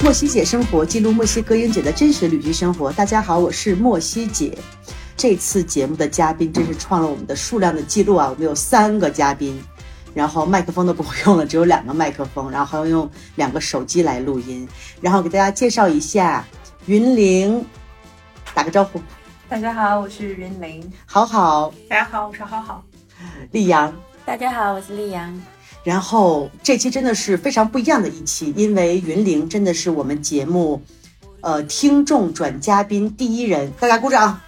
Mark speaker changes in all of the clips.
Speaker 1: 墨西姐生活，记录墨西哥英姐的真实旅居生活。大家好，我是墨西姐。这次节目的嘉宾真是创了我们的数量的记录啊！我们有3个嘉宾，然后麦克风都不会用了，只有2个麦克风，然后还要用2个手机来录音。然后给大家介绍一下，云玲，打个招呼。
Speaker 2: 大家好，我是云玲。
Speaker 1: 好好，
Speaker 2: 大家好，我是好好。
Speaker 1: 丽阳，
Speaker 3: 大家好，我是丽阳。
Speaker 1: 然后这期真的是非常不一样的一期，因为云玲真的是我们节目听众转嘉宾第一人，大家鼓掌。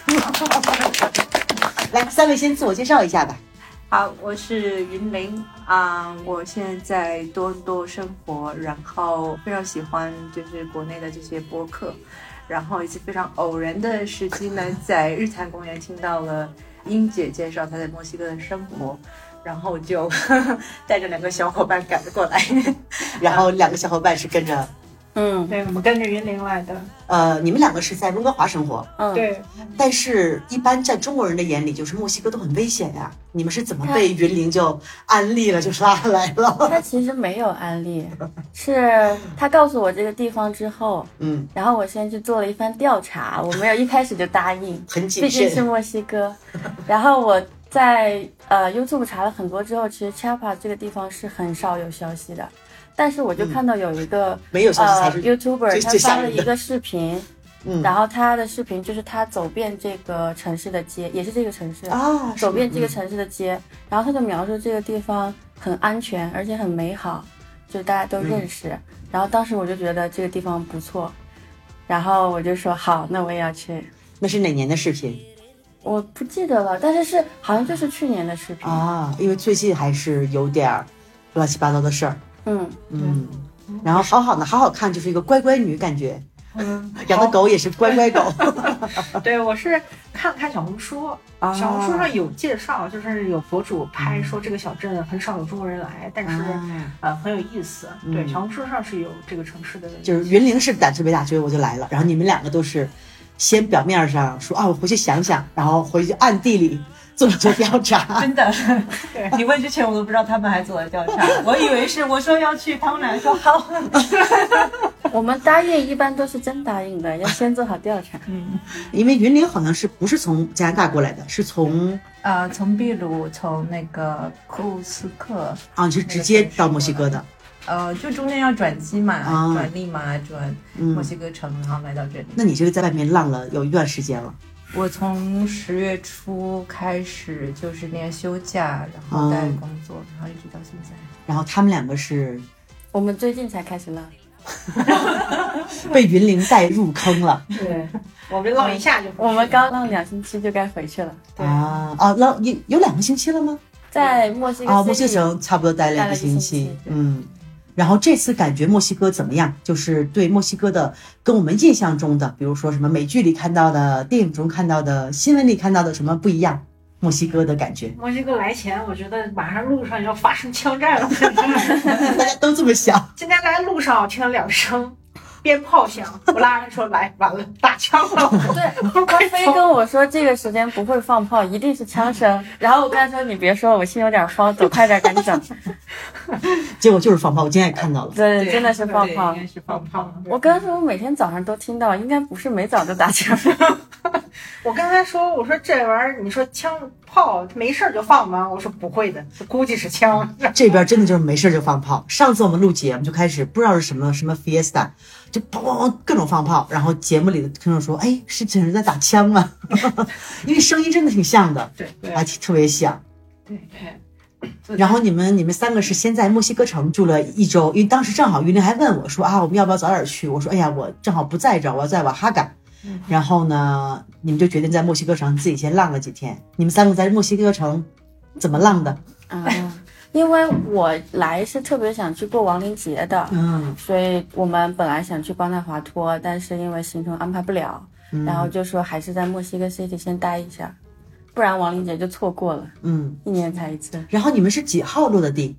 Speaker 1: 来，3位先自我介绍一下吧。
Speaker 2: 好，我是云玲我现在在多伦多生活，然后非常喜欢就是国内的这些播客，然后一次非常偶然的时机呢，在日坛公园听到了英姐介绍她在墨西哥的生活，然后就带着2个小伙伴赶了过来，
Speaker 1: 然后2个小伙伴是跟着。
Speaker 4: 对，我们跟着云玲来的。
Speaker 1: 你们2个是在温哥华生活，
Speaker 4: 对。
Speaker 1: 但是，一般在中国人的眼里，就是墨西哥都很危险呀。你们是怎么被云玲就安利了，就拉来了？
Speaker 3: 他其实没有安利，是他告诉我这个地方之后，然后我先去做了一番调查，我没有一开始就答应，
Speaker 1: 很谨慎，
Speaker 3: 毕竟是墨西哥。然后我在YouTube 查了很多之后，其实 Chiapas 这个地方是很少有消息的。但是我就看到有一个
Speaker 1: 没有消息才是
Speaker 3: YouTuber 他发了一个视频，然后他的视频就是他走遍这个城市的街，也是这个城市走遍这个城市的街，然后他就描述这个地方很安全，而且很美好，就大家都认识。然后当时我就觉得这个地方不错，然后我就说好，那我也要去。
Speaker 1: 那是哪年的视频？
Speaker 3: 我不记得了，但是好像就是去年的视频
Speaker 1: 因为最近还是有点乱七八糟的事儿。然后好好呢，好好看就是一个乖乖女感觉，养的狗也是乖乖狗。
Speaker 4: 对，我是看小红书，小红书上有介绍，就是有博主拍说这个小镇很少有中国人来，但是很有意思。对，小红书上是有这个城市的，
Speaker 1: 就是云玲是胆子特别大，所以我就来了。然后你们2个都是先表面上说我回去想想，然后回去暗地里做调查。
Speaker 2: 真的，你问之前我都不知道他们还做了调查，我以为是我说要去，他们俩说好。
Speaker 3: 我们答应一般都是真答应的，要先做好调查。
Speaker 1: 因为云玲好像不是从加拿大过来的，是从
Speaker 2: 秘鲁，从那个库斯克
Speaker 1: 你是直接到墨西哥的。
Speaker 2: 就中间要转机嘛，转利马，转墨西哥城，然后来到这里。
Speaker 1: 那你这个在外面浪了有一段时间了。
Speaker 2: 我从10月初开始就是连休假，然后带工作，然后一直到现在。
Speaker 1: 然后他们2个是，
Speaker 3: 我们最近才开始浪，
Speaker 1: 被云玲带入坑了。
Speaker 4: 对，我们浪一下就，
Speaker 3: 我们刚浪2星期就该回去了。
Speaker 1: 浪有2个星期了吗？
Speaker 3: 在墨西哥
Speaker 1: 墨西哥城差不多待了2个星期。然后这次感觉墨西哥怎么样？就是对墨西哥的跟我们印象中的，比如说什么美剧里看到的、电影中看到的、新闻里看到的什么不一样？墨西哥的感觉。
Speaker 4: 墨西哥来前，我觉得马上路上要发生枪战了。
Speaker 1: 大家都这么想。
Speaker 4: 今天来路上听了2声鞭炮响，我拉着说来，完了打枪了。
Speaker 3: 对，官飞跟我说这个时间不会放炮，一定是枪声。然后我跟他说你别说，我心有点慌，走快点，赶紧走。
Speaker 1: 结果就是放炮，我今天也看到了。
Speaker 3: 对，真的是放炮，
Speaker 2: 应该是放炮。
Speaker 3: 我跟他说我每天早上都听到，应该不是每早都打枪。
Speaker 4: 我跟他说，我说这玩意儿，你说枪炮没事就放吗？我说不会的，估计是枪。
Speaker 1: 这边真的就是没事就放炮。上次我们录节目就开始不知道是什么 Fiesta， 就砰砰各种放炮，然后节目里的听众说，是这人在打枪吗？因为声音真的挺像的，
Speaker 4: 对，
Speaker 1: 还特别像。
Speaker 4: 对。
Speaker 1: 然后你们3个是先在墨西哥城住了1周，因为当时正好云玲还问我说我们要不要早点去？我说我正好不在这儿，我要在瓦哈嘎。然后呢，你们就决定在墨西哥城自己先浪了几天。你们3个在墨西哥城怎么浪的？
Speaker 3: 因为我来是特别想去过亡灵节的，所以我们本来想去邦纳华托，但是因为行程安排不了，然后就说还是在墨西哥 City 先待一下，不然亡灵节就错过了。1年才一次。
Speaker 1: 然后你们是几号落的地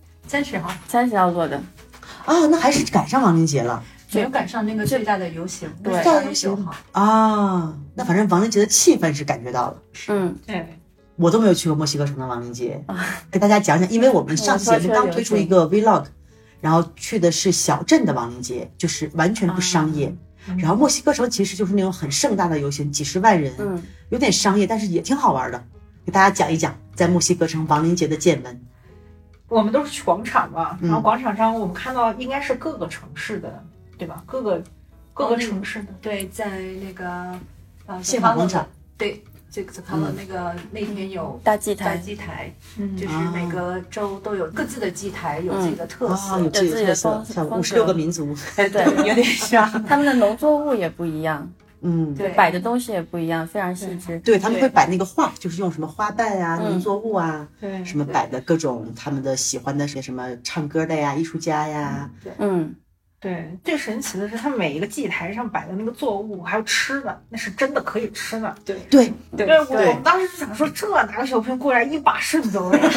Speaker 2: ？30号
Speaker 3: ，30号落的。
Speaker 1: 那还是赶上亡灵节了。
Speaker 2: 没有赶上那个最大的游行，
Speaker 3: 对
Speaker 2: ，9号。
Speaker 1: 那反正亡灵节的气氛是感觉到了。
Speaker 2: 对。
Speaker 1: 我都没有去过墨西哥城的亡灵节，给大家讲讲，因为我们上期节目刚推出一个 vlog， 然后去的是小镇的亡灵节，就是完全不商业。然后墨西哥城其实就是那种很盛大的游行，几十万人，有点商业，但是也挺好玩的。给大家讲一讲在墨西哥城亡灵节的见闻。
Speaker 4: 我们都是去广场嘛，然后广场上我们看到应该是各个城市的，对吧？各个城市的，
Speaker 2: 对，在那个
Speaker 1: 宪法广场，
Speaker 2: 对。这个看了那天有
Speaker 3: 大祭台，
Speaker 2: 就是每个州都有各自的祭台，有自己的特色，
Speaker 1: 有自己的特色，像56个民族，
Speaker 2: 对，有点像。
Speaker 3: 他们的农作物也不一样，
Speaker 2: 对，
Speaker 3: 摆的东西也不一样，非常细致。
Speaker 1: 对，他们会摆那个画，就是用什么花瓣啊、农作物啊，什么摆的各种他们的喜欢的什么唱歌的呀、艺术家呀，
Speaker 4: 对，最神奇的是，它每一个祭台上摆的那个作物，还有吃的，那是真的可以吃的。
Speaker 1: 对，
Speaker 4: 我们当时想说，这哪个小朋友过来一把肾都没有。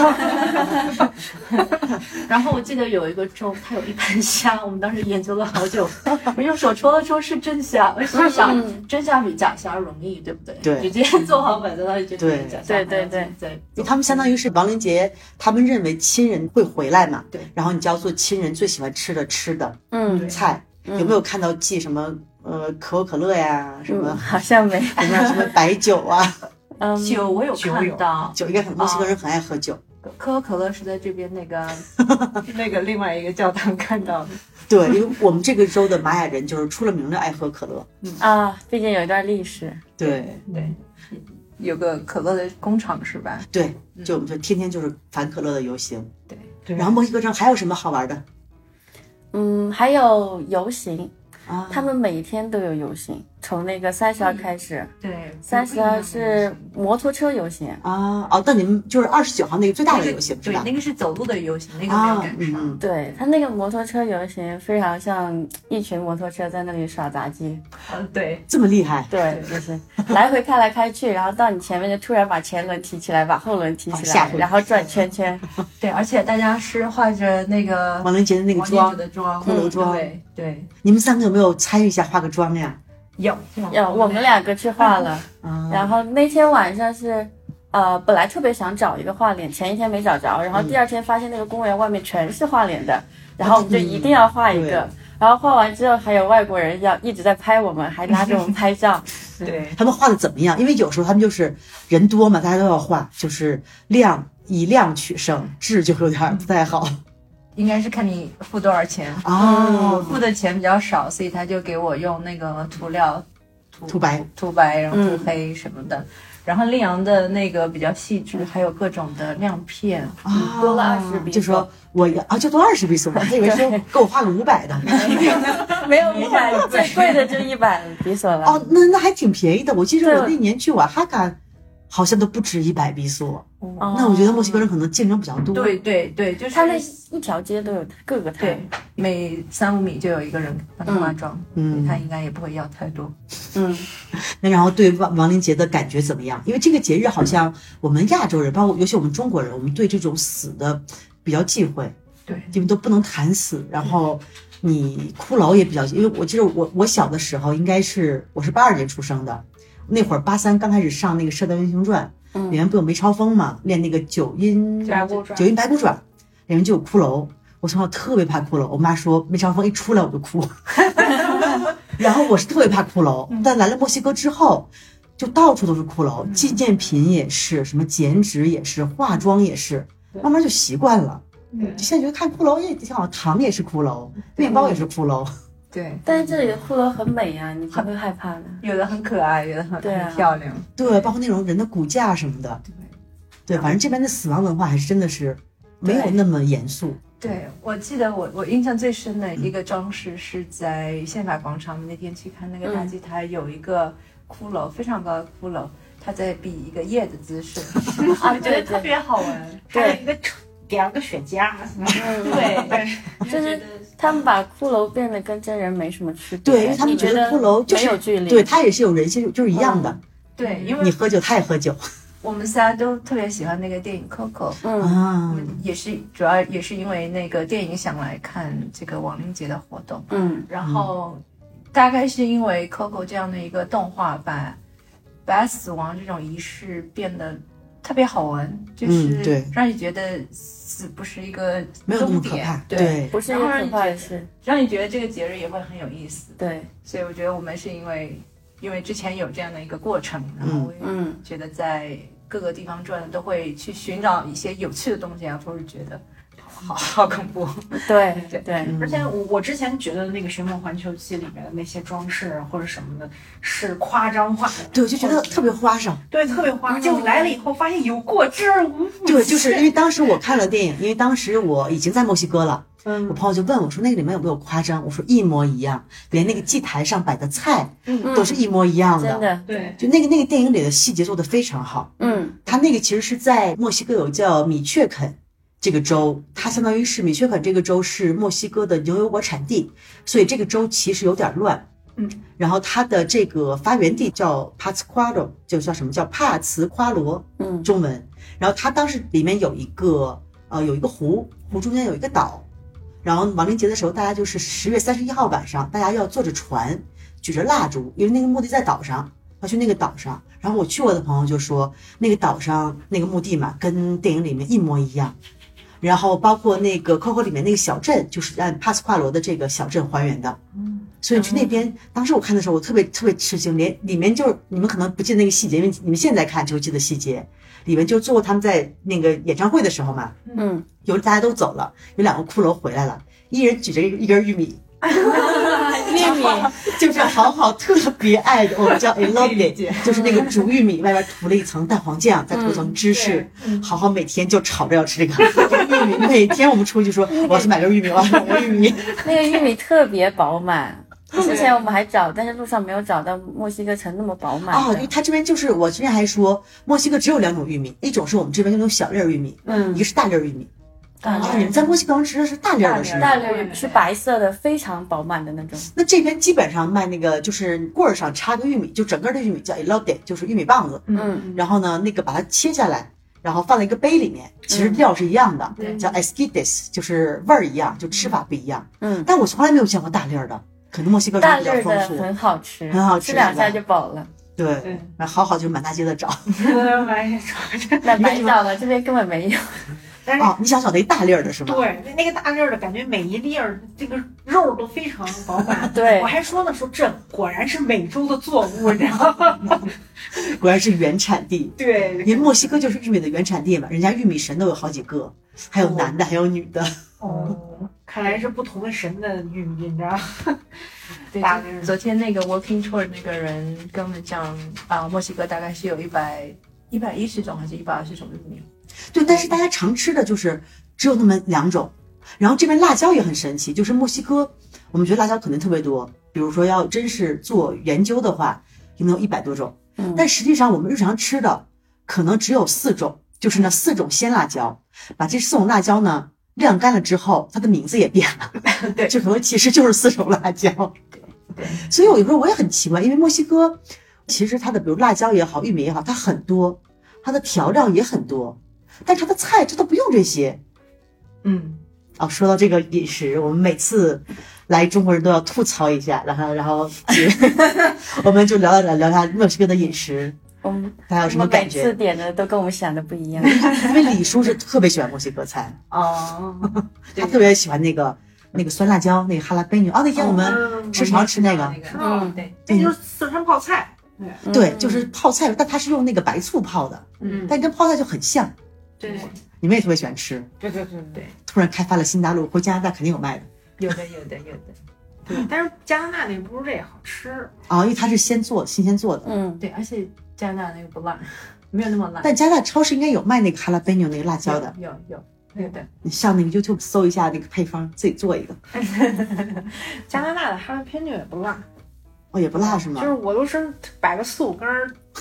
Speaker 2: 然后我记得有一个州，它有一盘虾，我们当时研究了好久，我用手戳了戳是真虾，我心想真虾比假虾容易，对不对？
Speaker 1: 对，
Speaker 2: 直接做好本子，它就变假虾。
Speaker 3: 对，
Speaker 1: 他们相当于是亡灵节，他们认为亲人会回来嘛，对，然后你就要做亲人最喜欢吃的菜，有没有看到寄什么可口可乐呀，什么
Speaker 3: 好像没，
Speaker 1: 什么白酒啊，
Speaker 2: 酒我有看到，
Speaker 1: 酒应该墨西哥人很爱喝酒。
Speaker 2: 可口可乐是在这边那个另外一个教堂看到的。
Speaker 1: 对，因为我们这个州的玛雅人就是出了名的爱喝可乐
Speaker 3: 毕竟有一段历史。
Speaker 2: 对，有个可乐的工厂是吧？
Speaker 1: 对，就我们说天天就是反可乐的游行。
Speaker 2: 对，
Speaker 1: 然后墨西哥城还有什么好玩的？
Speaker 3: 还有游行他们每天都有游行，从那个30号开始。
Speaker 2: 对
Speaker 3: ，30号是摩托车游行
Speaker 1: 但你们就是29号那个最大的游行是吧？
Speaker 2: 对，那个是走路的游行，那个没有赶上。
Speaker 3: 对，他那个摩托车游行非常像一群摩托车在那里耍杂技。
Speaker 2: 对，
Speaker 1: 这么厉害？
Speaker 3: 对，就是来回开来开去，然后到你前面就突然把前轮提起来，把后轮提起来，然后转圈圈。
Speaker 2: 对，而且大家是画着那个
Speaker 1: 亡灵节的那个妆，骷髅妆。
Speaker 2: 对，
Speaker 1: 你们3个有没有参与一下画个妆呀？
Speaker 2: 有，
Speaker 3: 我们2个去画了。然后那天晚上是本来特别想找一个画脸，前一天没找着，然后第2天发现那个公园外面全是画脸的，然后我们就一定要画一个。然后画完之后还有外国人要一直在拍我们，还拉着我们拍照。
Speaker 2: 对，
Speaker 1: 他们画的怎么样？因为有时候他们就是人多嘛，大家都要画，就是以量取胜，质就有点不太好。
Speaker 2: 应该是看你付多少钱我付的钱比较少，所以他就给我用那个涂料
Speaker 1: 涂白，
Speaker 2: 然后涂黑什么的。然后令阳的那个比较细致，还有各种的亮片
Speaker 3: 多了20比索。
Speaker 1: 就说我就多20比索，我以为说给我画个500的，
Speaker 3: 没有500，最贵的就100比索了。
Speaker 1: 那还挺便宜的。我记得我那年去瓦哈卡，好像都不止100比索。那我觉得墨西哥人可能竞争比较多。
Speaker 2: 对，就是
Speaker 3: 他那一条街都有各个摊，
Speaker 2: 对，每3-5米就有一个人帮他化妆，他应该也不会要太多。
Speaker 1: 那然后对亡灵节的感觉怎么样？因为这个节日好像我们亚洲人，包括尤其我们中国人，我们对这种死的比较忌讳，
Speaker 2: 对，
Speaker 1: 因为都不能谈死。然后你骷髅也比较，因为我记得我小的时候，应该是我是82年出生的，那会儿83刚开始上那个《射雕英雄传》。里面不有梅超风嘛，练那个九阴白骨爪，里面就有骷髅。我从小特别怕骷髅，我妈说梅超风一出来我就哭。然后我是特别怕骷髅，但来了墨西哥之后，就到处都是骷髅，纪念品也是，什么剪纸也是，化妆也是，慢慢就习惯了。现在觉得看骷髅也挺好，糖也是骷髅，面包也是骷髅。
Speaker 2: 对，
Speaker 3: 但是这里的骷髅很美啊，你会不会害怕呢？
Speaker 2: 有的很可爱，有的很漂亮。
Speaker 1: 对，包括那种人的骨架什么的。对，反正这边的死亡文化还是真的是没有那么严肃。
Speaker 2: 对，我记得我印象最深的一个装饰是在宪法广场，那天去看那个大祭台，有一个骷髅，非常高的骷髅，他在比一个耶的姿势，我觉得特别好玩。
Speaker 4: 还有一个2个雪茄，
Speaker 2: 对，
Speaker 3: 就是他们把骷髅变得跟真人没什么区别。
Speaker 1: 对，因为他们觉得骷髅就是
Speaker 3: 没有距离，
Speaker 1: 对他也是有人性，就是一样的。
Speaker 2: 对，因为
Speaker 1: 你喝酒，他也喝酒。
Speaker 2: 我们仨都特别喜欢那个电影《Coco》，也是主要也是因为那个电影想来看这个亡灵节的活动，然后大概是因为《Coco》这样的一个动画把死亡这种仪式变得特别好玩，就是让你觉得死死不是一个
Speaker 1: 没有那么
Speaker 2: 终点，
Speaker 1: 可怕，
Speaker 2: 对，
Speaker 3: 不是一个可怕的事，
Speaker 2: 让你觉得这个节日也会很有意思。
Speaker 3: 对，
Speaker 2: 所以我觉得我们是因为之前有这样的一个过程，然后我也觉得在各个地方转都会去寻找一些有趣的东西啊，或是觉得好恐怖。
Speaker 3: 对，
Speaker 4: 而且我之前觉得那个《寻梦环球记》里面的那些装饰或者什么的是夸张化的，
Speaker 1: 对，我就觉得特别花哨，
Speaker 4: 对，特别花，结果来了以后发现有过之而无不及。
Speaker 1: 对，就是因为当时我看了电影，因为当时我已经在墨西哥了。我朋友就问我说那个里面有没有夸张，我说一模一样，连那个祭台上摆的菜都是一模一样的。
Speaker 3: 真的，
Speaker 4: 对，
Speaker 1: 就那个电影里的细节做得非常好。它那个其实是在墨西哥有叫米却肯这个州，它相当于是米却肯这个州是墨西哥的牛油果产地，所以这个州其实有点乱。然后它的这个发源地叫帕茨夸罗，就叫什么叫帕茨夸罗，中文。然后它当时里面有一个湖中间有一个岛。然后亡灵节的时候，大家就是10月31号晚上，大家要坐着船，举着蜡烛，因为那个墓地在岛上，要去那个岛上。然后我去过的朋友就说，那个岛上那个墓地嘛，跟电影里面一模一样。然后包括那个 Coco 里面那个小镇，就是按帕斯夸罗的这个小镇还原的。所以去那边，当时我看的时候，我特别吃惊，连里面就是你们可能不记得那个细节，因为你们现在看就会记得细节。里面就最后他们在那个演唱会的时候嘛，有大家都走了，有2个骷髅回来了，一人举着一根玉米，
Speaker 3: 玉米
Speaker 1: 就是好特别爱的，我们叫 elote， 就是那个煮玉米外边涂了一层蛋黄酱，再涂一层芝士，好每天就吵着要吃这个玉米，每天我们出去说我要去买根玉米，我要买根玉米，
Speaker 3: 那个玉米特别饱满。之前我们还找，但是路上没有找到墨西哥城那么饱满
Speaker 1: 因为它这边就是我之前还说墨西哥只有2种玉米，一种是我们这边那种小粒玉米，一个是大粒玉米。你们在墨西哥吃的是大粒的是吗？
Speaker 3: 大粒玉米是白色的，非常饱满的那种。
Speaker 1: 那这边基本上卖那个就是棍儿上插个玉米，就整个的玉米叫 elote， 就是玉米棒子。然后呢，那个把它切下来，然后放在一个杯里面，其实料是一样的，叫 esquites， 就是味儿一样，就吃法不一样。但我从来没有见过大粒的。可能墨西哥人比较丰富，
Speaker 3: 很好吃，
Speaker 1: 很好吃，
Speaker 3: 吃2下就饱了。
Speaker 1: 对，好就满大街的找，
Speaker 3: 那白找了，这边根本没有。
Speaker 1: 你想找那大粒的是吗？
Speaker 4: 对，那个大粒的感觉每一粒这个肉都非常饱满。
Speaker 3: 对，
Speaker 4: 我还说呢，说这果然是美洲的作物，你知道吗？
Speaker 1: 果然是原产地。
Speaker 4: 对，
Speaker 1: 因为墨西哥就是玉米的原产地嘛，人家玉米神都有好几个，还有男的，还有女的。
Speaker 4: 看来是不同的神的玉米，你知道吗？
Speaker 2: 对，昨天那个 Walking Tour 那个人跟我们讲墨西哥大概是有110种还是120种玉米。
Speaker 1: 对，但是大家常吃的就是只有那么2种。然后这边辣椒也很神奇，就是墨西哥我们觉得辣椒肯定特别多，比如说要真是做研究的话，可能有100多种。但实际上我们日常吃的可能只有4种，就是那4种鲜辣椒。把这4种辣椒呢晾干了之后，它的名字也变了，对，这可能其实就是4种辣椒。对，所以有时候我也很奇怪，因为墨西哥其实它的比如辣椒也好，玉米也好，它很多，它的调料也很多，但它的菜它都不用这些。说到这个饮食，我们每次来中国人都要吐槽一下，然后我们就聊一下墨西哥的饮食。大家有什么感觉？
Speaker 3: 每次点的都跟我们想的不一样。
Speaker 1: 因为李叔是特别喜欢墨西哥菜他特别喜欢那个酸辣椒，那个哈拉贝纽。那天我们常吃那个，
Speaker 4: 对，这就是四川泡菜。
Speaker 1: 对，就是泡菜，但它是用那个白醋泡的，但跟泡菜就很像。
Speaker 4: 对，
Speaker 1: 你们也特别喜欢吃。
Speaker 4: 对。
Speaker 1: 突然开发了新大陆，回加拿大肯定有卖的。
Speaker 2: 有的。
Speaker 4: 对，但是加拿大那个不是这也好吃
Speaker 1: 因为它是新鲜做的。
Speaker 2: 对，而且加拿大那个不辣，没有那么辣。
Speaker 1: 但加拿大超市应该有卖那个哈拉贝纽那个辣椒的。
Speaker 2: 有的。
Speaker 1: 你上那个 YouTube 搜一下那个配方，自己做一个。
Speaker 4: 加拿大的哈拉贝纽也不辣。
Speaker 1: 也不辣是吗？
Speaker 4: 就是我都是摆个4-5根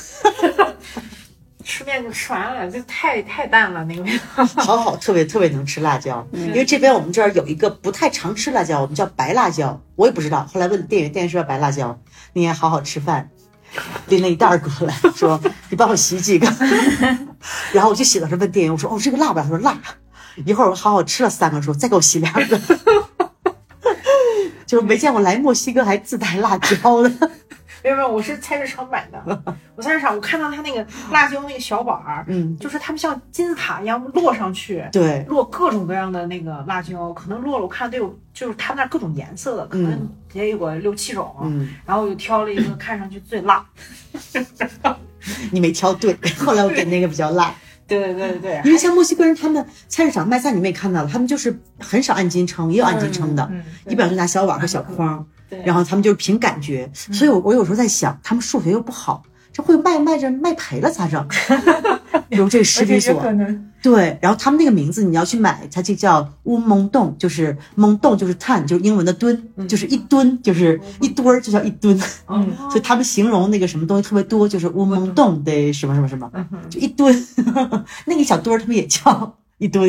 Speaker 4: 吃面就吃完了，就太淡了那个味道。
Speaker 1: 好，特别能吃辣椒。因为这边我们这儿有一个不太常吃辣椒，我们叫白辣椒，我也不知道。后来问店员说白辣椒，那天好吃饭，拎了一袋过来，说你帮我洗几个。然后我就洗了，问店员，我说这个辣吧？他说辣。一会儿我好吃了3个，说再给我洗2个。就是没见过来墨西哥还自带辣椒的。
Speaker 4: 没有，我是菜市场买的。我菜市场我看到他那个辣椒那个小碗儿，就是他们像金字塔一样摞上去，
Speaker 1: 对，
Speaker 4: 摞各种各样的那个辣椒，可能摞了我看都有，就是他们那各种颜色的，可能也有个6、7种，然后我就挑了一个看上去最辣。
Speaker 1: 你没挑对，后来我点那个比较辣。
Speaker 4: 对，
Speaker 1: 因为像墨西哥人，他们菜市场卖菜你们也看到了，他们就是很少按斤称，也有按斤称的，一般就拿小碗和小筐，然后他们就是凭感觉。所以我有时候在想，他们数学又不好，这会卖着卖赔了咋整？比如这个食品所，对，然后他们那个名字你要去买，它就叫乌蒙洞，就是蒙洞就是碳，就是英文的吨，就是一吨，就是一堆儿，就叫一吨。所以他们形容那个什么东西特别多，就是乌蒙洞的什么什么什么，就一吨。那个小墩儿他们也叫一吨。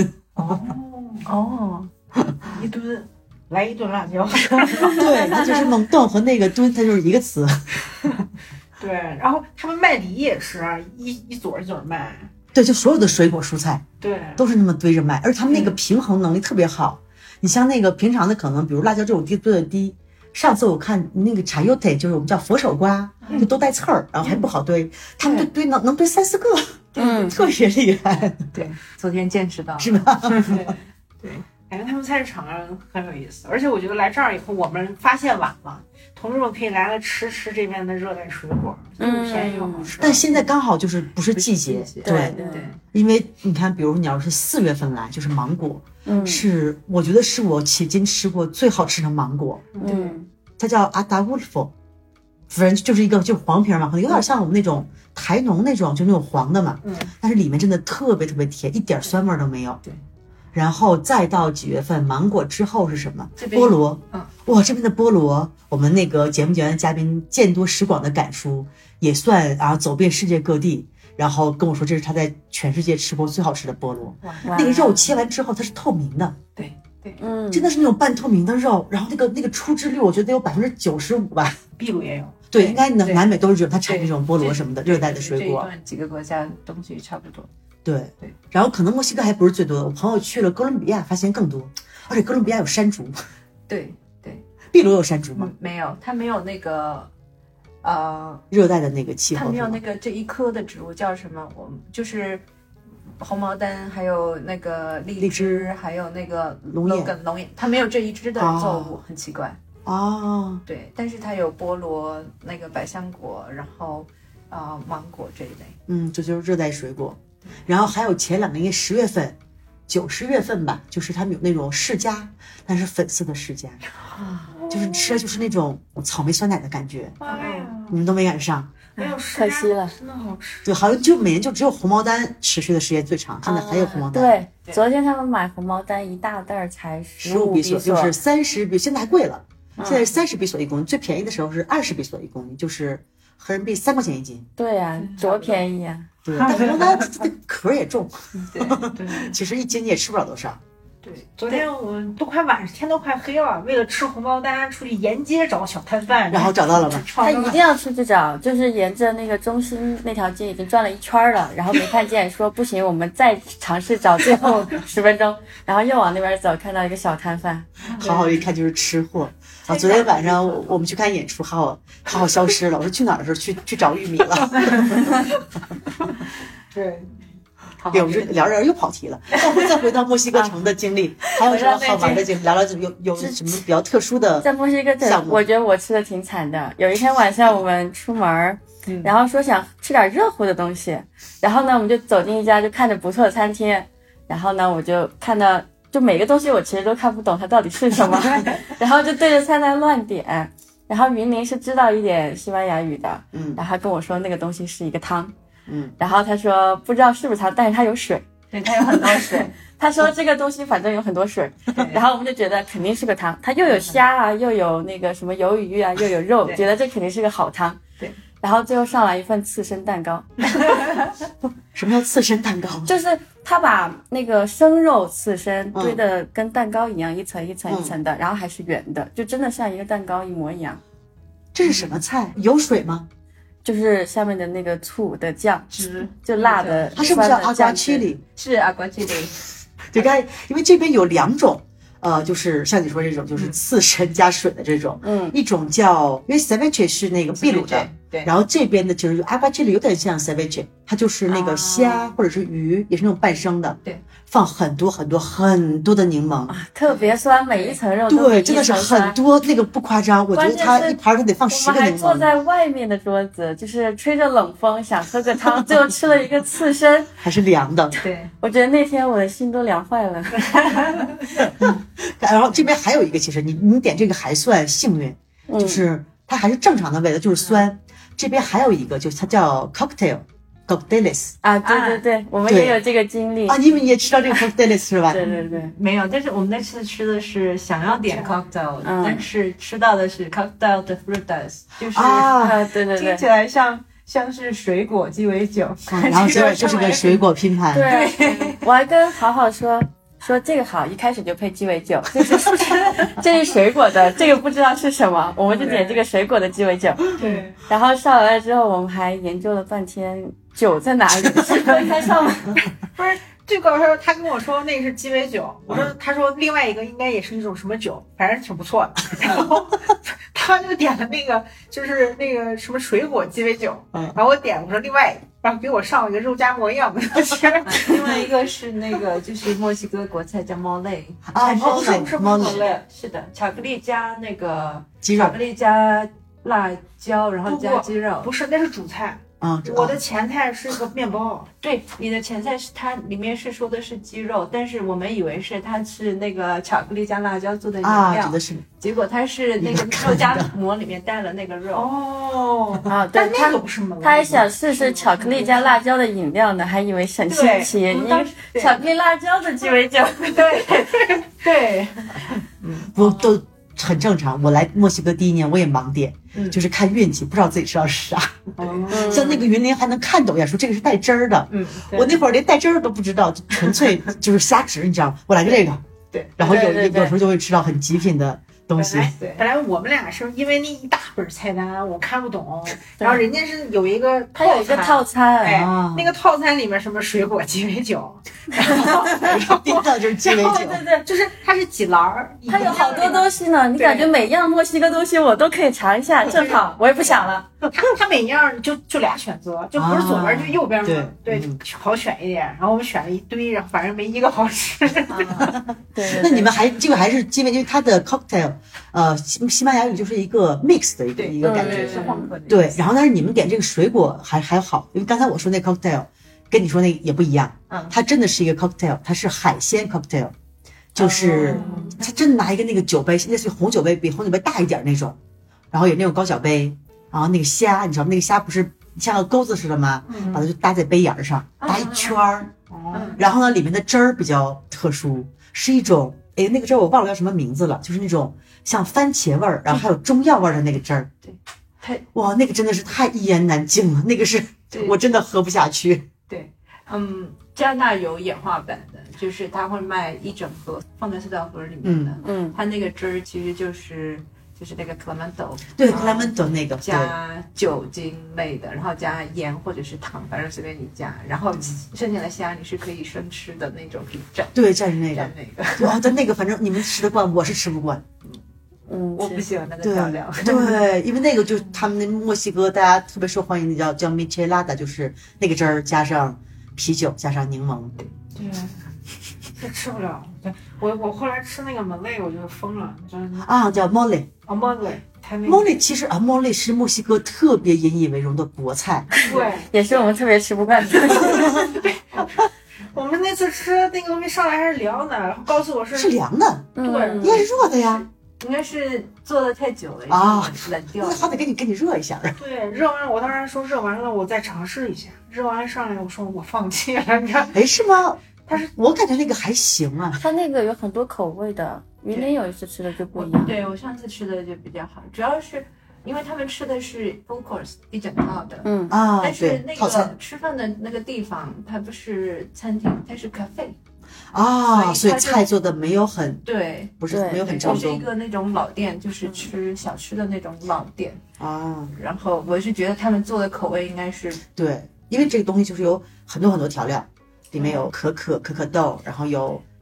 Speaker 4: 一吨，来一吨辣椒。
Speaker 1: 对，它就是蒙洞和那个吨，它就是一个词。
Speaker 4: 对，然后他们卖梨也是一撮一撮卖。
Speaker 1: 对，就所有的水果蔬菜，
Speaker 4: 对，
Speaker 1: 都是那么堆着卖，而他们那个平衡能力特别好。你像那个平常的可能，比如辣椒这种堆的低。上次我看那个茶油腿，就是我们叫佛手瓜，就都带刺儿，然后还不好堆，他们就堆能堆3、4个，特别厉害。
Speaker 2: 对，昨天见识到
Speaker 1: 是吧？
Speaker 4: 对，感觉他们菜市场很有意思，而且我觉得来这儿以后，我们发现晚了。同志们可以来吃这边的热带水果，又便宜又好吃。
Speaker 1: 但现在刚好就是不是季节，对，因为你看，比如你要是4月份来，就是芒果，是我觉得是我迄今吃过最好吃的芒果。它叫阿达乌夫，反正就是一个就是黄皮嘛，可能有点像我们那种台农那种，就那种黄的嘛。但是里面真的特别特别甜，一点酸味都没有。
Speaker 4: 对。
Speaker 1: 然后再到几月份，芒果之后是什么？菠萝。哇，这边的菠萝，我们那个节目的嘉宾见多识广的敢叔也算走遍世界各地，然后跟我说这是他在全世界吃过最好吃的菠萝。那个肉切完之后它是透明的，
Speaker 4: 对，
Speaker 1: 真的是那种半透明的肉，然后那个出汁率我觉得得有95%吧。
Speaker 4: 秘鲁也有，
Speaker 1: 对，应该南美都是这种，它产这种菠萝什么的热带的水果。
Speaker 2: 几个国家东西差不多。
Speaker 1: 对，然后可能墨西哥还不是最多的，我朋友去了哥伦比亚发现更多，而且哥伦比亚有山竹。
Speaker 2: 对，
Speaker 1: 秘鲁有山竹吗？
Speaker 2: 没有，它没有那个
Speaker 1: 热带的那个气候，
Speaker 2: 它没有那个这一科的植物叫什么？我就是红毛丹，还有那个荔枝，还有那个龙眼，它没有这一支的作物，很奇怪。对，但是它有菠萝、那个百香果，然后芒果这一类。
Speaker 1: 这就是热带水果。然后还有前2个月10月份、9、10月份吧，就是他们有那种释迦，但是粉色的释迦，就是吃了就是那种草莓酸奶的感觉。你们都没赶上，
Speaker 4: 没有，
Speaker 3: 可惜了，
Speaker 4: 真的好吃。
Speaker 1: 对，好像就每年就只有红毛丹持续的时间最长，现在还有红毛丹。
Speaker 3: 对，昨天他们买红毛丹一大袋才15比索，
Speaker 1: 就是30比，现在还贵了，现在是30比索1公斤，最便宜的时候是20比索1公斤，就是合人民币3块钱1斤。
Speaker 3: 对呀，多便宜啊！
Speaker 1: 对，但红毛丹它的壳也重，
Speaker 4: 对，
Speaker 1: 其实1斤你也吃不了多少。
Speaker 4: 对，昨天我们都快晚上，天都快黑了，为了吃红毛丹，出去沿街找小摊贩，
Speaker 1: 然后找到了吗？
Speaker 3: 他一定要出去找，就是沿着那个中心那条街已经转了一圈了，然后没看见，说不行，我们再尝试找最后10分钟，然后又往那边走，看到一个小摊贩，
Speaker 1: 好一看就是吃货。昨天晚上我们去看演出，浩浩消失了。我说去哪儿的时候去找玉米了。
Speaker 4: 对。
Speaker 1: 我们聊着又跑题了，再回到墨西哥城的经历，还有什么好玩的经历？聊聊有什么比较特殊的
Speaker 3: 在墨西哥城，我觉得我吃的挺惨的。有一天晚上我们出门，然后说想吃点热乎的东西，然后呢我们就走进一家就看着不错的餐厅，然后呢我就看到就每个东西我其实都看不懂它到底是什么，然后就对着菜单乱点，然后云林是知道一点西班牙语的，然后他跟我说那个东西是一个汤。然后他说不知道是不是汤，但是它有水，
Speaker 2: 对，它有很多水。
Speaker 3: 他说这个东西反正有很多水，然后我们就觉得肯定是个汤，它又有虾啊，又有那个什么鱿鱼啊，又有肉，觉得这肯定是个好汤。
Speaker 2: 对，
Speaker 3: 然后最后上来一份刺身蛋糕。
Speaker 1: 什么叫刺身蛋糕？
Speaker 3: 就是他把那个生肉刺身堆的跟蛋糕一样，一层一层一层的，然后还是圆的，就真的像一个蛋糕一模一样。
Speaker 1: 这是什么菜？有水吗？
Speaker 3: 就是下面的那个醋的酱汁，就辣的。
Speaker 1: 它是不是叫阿瓜chili？
Speaker 2: 是阿瓜chili。
Speaker 1: 对，因为这边有2种就是像你说这种，就是刺身加水的这种，一种叫，因为 ceviche 是那个秘鲁的，
Speaker 2: 对，
Speaker 1: 然后这边的就是阿巴这里有点像 ceviche， 它就是那个虾或者是鱼，也是那种半生的，
Speaker 2: 对，
Speaker 1: 放很多很多很多的柠檬，
Speaker 3: 特别酸，每一层肉都
Speaker 1: 对，真的是很多，那个不夸张，我觉得它一盘它得放10个柠檬。
Speaker 3: 我们还坐在外面的桌子，就是吹着冷风，想喝个汤，最后吃了一个刺身，
Speaker 1: 还是凉的。
Speaker 2: 对，
Speaker 3: 我觉得那天我的心都凉坏了。
Speaker 1: 然后这边还有一个，其实你点这个还算幸运，就是它还是正常的味道，就是酸。这边还有一个，就是它叫 cocktails
Speaker 3: 啊，对，我们也有这个经历
Speaker 1: 啊，你们也吃到这个 cocktails 是吧？
Speaker 3: 对，
Speaker 2: 没有，但是我们那次吃的是想要点 cocktail，但是吃到的是 cocktail de frutas，就是
Speaker 3: 对，
Speaker 2: 听起来像是水果鸡尾酒，
Speaker 1: 然后就是个水果拼盘。
Speaker 3: 对，我还跟好说这个好，一开始就配鸡尾酒，这是水果的，这个不知道是什么，我们就点这个水果的鸡尾酒。
Speaker 2: 对，
Speaker 3: 然后上来之后，我们还研究了半天酒在哪里，是分开上吗？
Speaker 4: 不是，最搞笑，他跟我说那个是鸡尾酒，他说另外一个应该也是一种什么酒，反正挺不错的。然后他就点了那个就是那个什么水果鸡尾酒，然后我点我说另外一个。然后给我上了一个肉夹馍一样的东西，
Speaker 2: 另外一个是那个就是墨西哥国菜叫 mole
Speaker 1: 啊，mole
Speaker 2: 是的，巧克力加那个
Speaker 1: 鸡肉，
Speaker 2: 巧克力加辣椒，然后加鸡肉，
Speaker 4: 不是，那是主菜。我的前菜是个面包。
Speaker 2: 对，你的前菜是它里面是说的是鸡肉，但是我们以为是它是那个巧克力加辣椒做的饮料，结果它是那个肉夹馍里面带了那个肉。
Speaker 3: 对，
Speaker 4: 但那个不是吗？
Speaker 3: 他还想试试巧克力加辣椒的饮料呢，还以为很新奇，因为巧克力辣椒的鸡尾酒。
Speaker 2: 对，
Speaker 1: 不都很正常。我来墨西哥第1年我也盲点。就是看运气，不知道自己吃到是啥。像那个云林还能看懂呀，说这个是带汁儿的。我那会儿连带汁儿都不知道，纯粹就是瞎指，你知道吗？我来个这个。
Speaker 2: 对，
Speaker 1: 然后有时候就会吃到很极品的东西。
Speaker 4: 本来我们俩是因为那一大本菜单我看不懂，然后人家是有一个
Speaker 3: 他有一个套餐，
Speaker 4: 那个套餐里面什么水果鸡尾酒，然
Speaker 1: 后第一道就是鸡尾酒，
Speaker 4: 对，就是它是几篮儿，
Speaker 3: 它有好多东西呢，你感觉每样墨西哥东西我都可以尝一下，正好我也不想了。
Speaker 4: 它每样就俩选择，就不是左边就右边嘛，对，好选一点。然后我们选了一堆，然后反正没一个好吃。
Speaker 3: 对，
Speaker 1: 那你们这个还是因为它的 cocktail，西班牙语就是一个 mix 的一个感觉，
Speaker 2: 是混合的。
Speaker 1: 对，然后但是你们点这个水果还好，因为刚才我说那 cocktail 跟你说那也不一样，它真的是一个 cocktail， 它是海鲜 cocktail， 就是它真的拿一个那个酒杯，类似于红酒杯，比红酒杯大一点那种，然后有那种高脚杯，然后那个虾，你知道那个虾不是像个钩子似的吗？把它就搭在杯沿上，搭一圈儿，然后呢里面的汁儿比较特殊，是一种那个汁儿我忘了叫什么名字了，就是那种像番茄味儿，然后还有中药味儿的那个汁儿。
Speaker 2: 对，
Speaker 1: 哇，那个真的是太一言难尽了，那个是我真的喝不下去。
Speaker 2: 对，加拿大有演化版的，就是他会卖一整盒放在塑料盒里面的，它那个汁儿其实就是那个 Clemento，
Speaker 1: 对 Clemento 那个
Speaker 2: 加酒精类的，然后加盐或者是糖，反正随便你加，然后剩下的虾你是可以生吃的那种，可以蘸。
Speaker 1: 对，蘸那个。哇，但那个反正你们吃得惯，我是吃不惯。
Speaker 2: 我不喜欢那个调料。
Speaker 1: 对，因为那个就是他们那墨西哥大家特别受欢迎的叫 michelada， 就是那个汁儿加上啤酒加上柠檬。
Speaker 4: 对，这吃不了。对，我后来吃那个门类我就疯了，
Speaker 1: 叫 mole。
Speaker 4: mole
Speaker 1: 其实mole 是墨西哥特别引以为荣的国菜。
Speaker 4: 对，
Speaker 3: 也是我们特别吃不惯的。
Speaker 4: 对，我们那次吃那个东西上来还是凉的，然后告诉我是
Speaker 1: 凉的。
Speaker 4: 对，
Speaker 1: 应该是热的呀。
Speaker 2: 应该是做的太久了啊，冷掉了。
Speaker 1: 好歹给你热一下。
Speaker 4: 对，热完了，我当时说热完了我再尝试一下，热完上来我说我放弃了，你知道？
Speaker 1: 是吗？我感觉那个还行啊。
Speaker 3: 它那个有很多口味的，云林有一次吃的就不一样。
Speaker 2: 对，我上次吃的就比较好，主要是因为他们吃的是 full course 一整套的，但是那个吃饭的那个地方它不是餐厅，它是 cafe。
Speaker 1: 所以菜做的没有很不是没有很正宗，
Speaker 2: 是一个那种老店，就是吃小吃的那种老店然后我是觉得他们做的口味应该是
Speaker 1: 对，因为这个东西就是有很多很多调料，里面有可可豆，然后有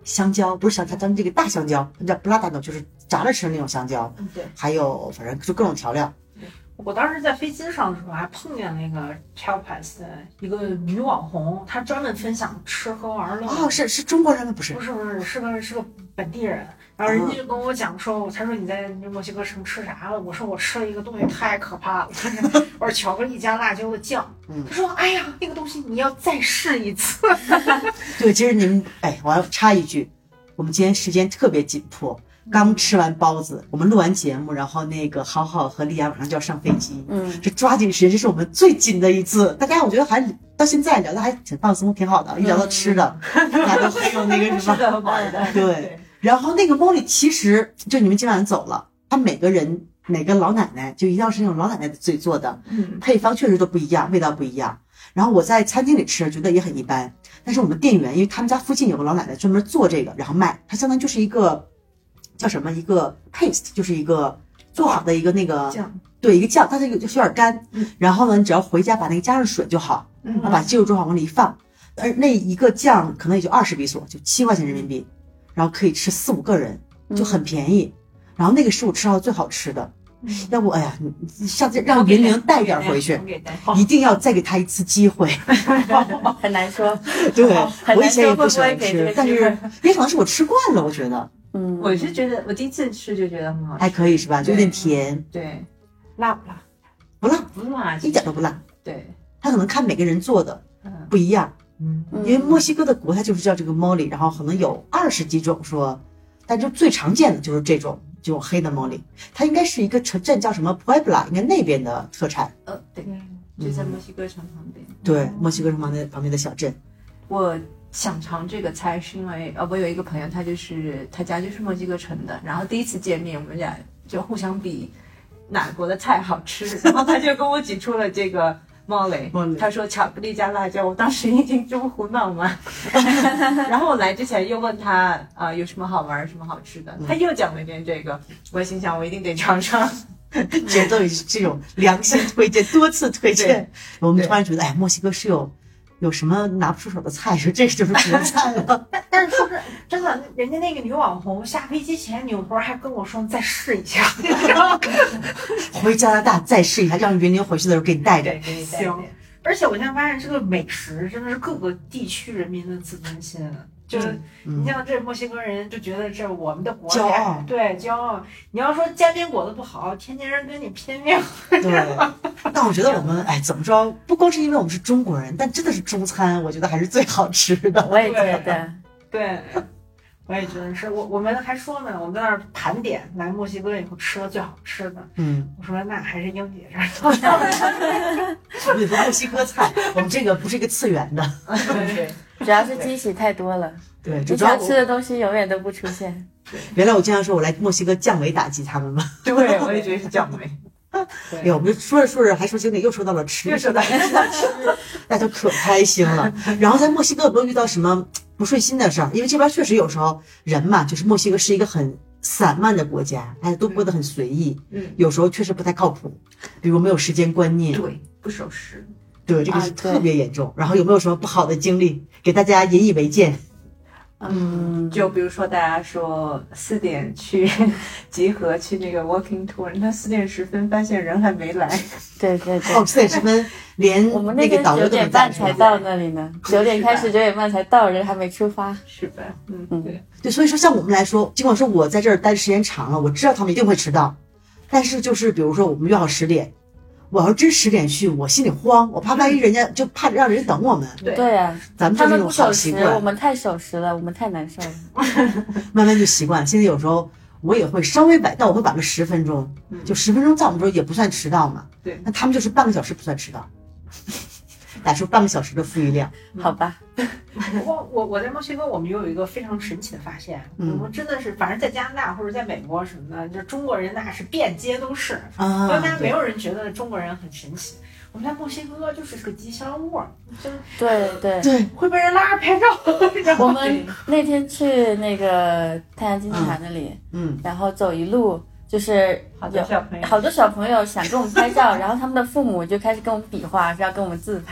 Speaker 1: 香蕉，不是香蕉，咱们这个大香蕉叫 plátano， 就是炸着吃的那种香蕉。
Speaker 4: 对。
Speaker 1: 还有反正就各种调料。
Speaker 4: 我当时在飞机上的时候还碰见那个 Tapas 的一个女网红，她专门分享吃喝玩乐。
Speaker 1: 哦，是中国人吗？不是，
Speaker 4: 是个本地人。然后人家就跟我讲说，他说你在墨西哥城吃啥了？我说我吃了一个东西太可怕了，我说巧克力加辣椒的酱。他说哎呀，那个东西你要再试一次。
Speaker 1: 对，其实您我要插一句，我们今天时间特别紧迫。刚吃完包子，我们录完节目，然后那个好好和丽亚马上就要上飞机，这抓紧时间，这是我们最紧的一次。大家我觉得还到现在聊的还挺放松，挺好的，一聊到吃的，大家都很有那个什么
Speaker 2: 吃的玩的。
Speaker 1: 对，然后那个 Molly 其实就你们今晚走了，他每个老奶奶就一定要是那种老奶奶自己做的，配方确实都不一样，味道不一样。然后我在餐厅里吃，觉得也很一般，但是我们店员因为他们家附近有个老奶奶专门做这个，然后卖，它相当于就是一个。叫什么？一个 paste， 就是一个做好的一个那个
Speaker 2: 酱，
Speaker 1: 对，一个酱，它这个就是有点干。然后呢，你只要回家把那个加上水就好，把鸡肉做好往里一放，而那一个酱可能也就20比索，就7块钱人民币，然后可以吃4-5个人，就很便宜。然后那个是我吃到最好吃的。要不你下次让云玲带点回去，一定要再给他一次机会。
Speaker 3: 很难说，
Speaker 1: 对，我以前也不喜欢吃，但是也可能是我吃惯了，我觉得。
Speaker 2: 我是觉得我第一次吃就觉得很好吃，
Speaker 1: 还可以是吧？就有点甜。
Speaker 2: 对，
Speaker 4: 辣不辣？
Speaker 1: 不辣，
Speaker 2: 不辣，
Speaker 1: 一点都不辣。
Speaker 2: 对，
Speaker 1: 他可能看每个人做的不一样。因为墨西哥的国它就是叫这个 Molly， 然后可能有20几种说，但就最常见的就是这种黑的 Molly， 它应该是一个城镇叫什么 Puebla， 应该那边的特产。
Speaker 2: 对，就在墨西哥城旁边。
Speaker 1: 对，墨西哥城旁边的小镇。
Speaker 2: 我想尝这个菜是因为我有一个朋友，他家就是墨西哥城的，然后第一次见面，我们俩就互相比哪国的菜好吃，然后他就跟我举出了这个 Molly， 他说巧克力加辣椒，我当时已经这么胡闹吗？然后我来之前又问他有什么好玩什么好吃的，他又讲了一遍这个，我心想我一定得尝尝。
Speaker 1: 觉得是这种良心推荐，多次推荐，我们突然觉得墨西哥是有什么拿不出手的菜，说这就是国菜了。
Speaker 4: 但是说是真的，人家那个女网红下飞机前扭头还跟我说再试一下，
Speaker 1: 回加拿大再试一下，让云玲回去的时候给你带着。
Speaker 4: 行。而且我现在发现这个美食真的是各个地区人民的自尊心。就是你像这墨西哥人就觉得这我们的国家，对，骄傲。你要说煎饼果子不好，天天人跟你拼命。
Speaker 1: 对，但我觉得我们怎么说，不光是因为我们是中国人，但真的是中餐，我觉得还是最好吃的。
Speaker 3: 我也觉得，
Speaker 4: 对，我也觉得是。我们还说呢，我们在那儿盘点来墨西哥以后吃的最好吃的。我说那还是英姐这儿。
Speaker 1: 我们说墨西哥菜，我们这个不是一个次元的。
Speaker 2: 对。
Speaker 3: 主要是惊喜太多了，
Speaker 1: 对，
Speaker 3: 你想吃的东西永远都不出现。
Speaker 1: 原来我经常说我来墨西哥降维打击他们嘛。
Speaker 2: 对，我也觉得是降维。
Speaker 1: 哎，我们说着说着还说经理又说到了吃，大家可开心了。然后在墨西哥有没有遇到什么不顺心的事儿？因为这边确实有时候人嘛，就是墨西哥是一个很散漫的国家，大家都过得很随意，有时候确实不太靠谱，比如没有时间观念，
Speaker 2: 对，不守时。
Speaker 1: 对，这个是特别严重。然后有没有什么不好的经历给大家引以为戒？
Speaker 2: 就比如说大家说4点去集合去那个 walking tour， 那4点10分发现人还没来。
Speaker 3: 对对对。
Speaker 1: 4点10分连
Speaker 3: 我们那个9点半才到那里呢，9点开始9点半才到，人还没出发。
Speaker 2: 是吧？
Speaker 1: 对，所以说像我们来说，尽管说我在这儿待时间长了，我知道他们一定会迟到，但是就是比如说我们约好10点。我要真10点去，我心里慌，我怕万一人家就怕让人等我们。
Speaker 3: 对啊，
Speaker 1: 咱们就是这种好习惯。
Speaker 3: 我们太守时了，我们太难受了。
Speaker 1: 慢慢就习惯。现在有时候我也会稍微晚，但我会晚个10分钟，就10分钟在我们这儿也不算迟到嘛。
Speaker 2: 对，
Speaker 1: 那他们就是半个小时不算迟到。打出半个小时的富裕量，
Speaker 3: 好吧。
Speaker 4: 我在墨西哥，我们又有一个非常神奇的发现，我们真的是，反正在加拿大或者在美国什么的，就中国人那是遍街都是，因为大家没有人觉得中国人很神奇。我们在墨西哥就是个吉祥物，就
Speaker 3: 对对
Speaker 1: 对，
Speaker 4: 会被人拉着拍照。
Speaker 3: 我们那天去那个太阳金字塔那里，然后走一路。就是有好多小朋友想跟我们拍照，然后他们的父母就开始跟我们比划，是要跟我们自拍。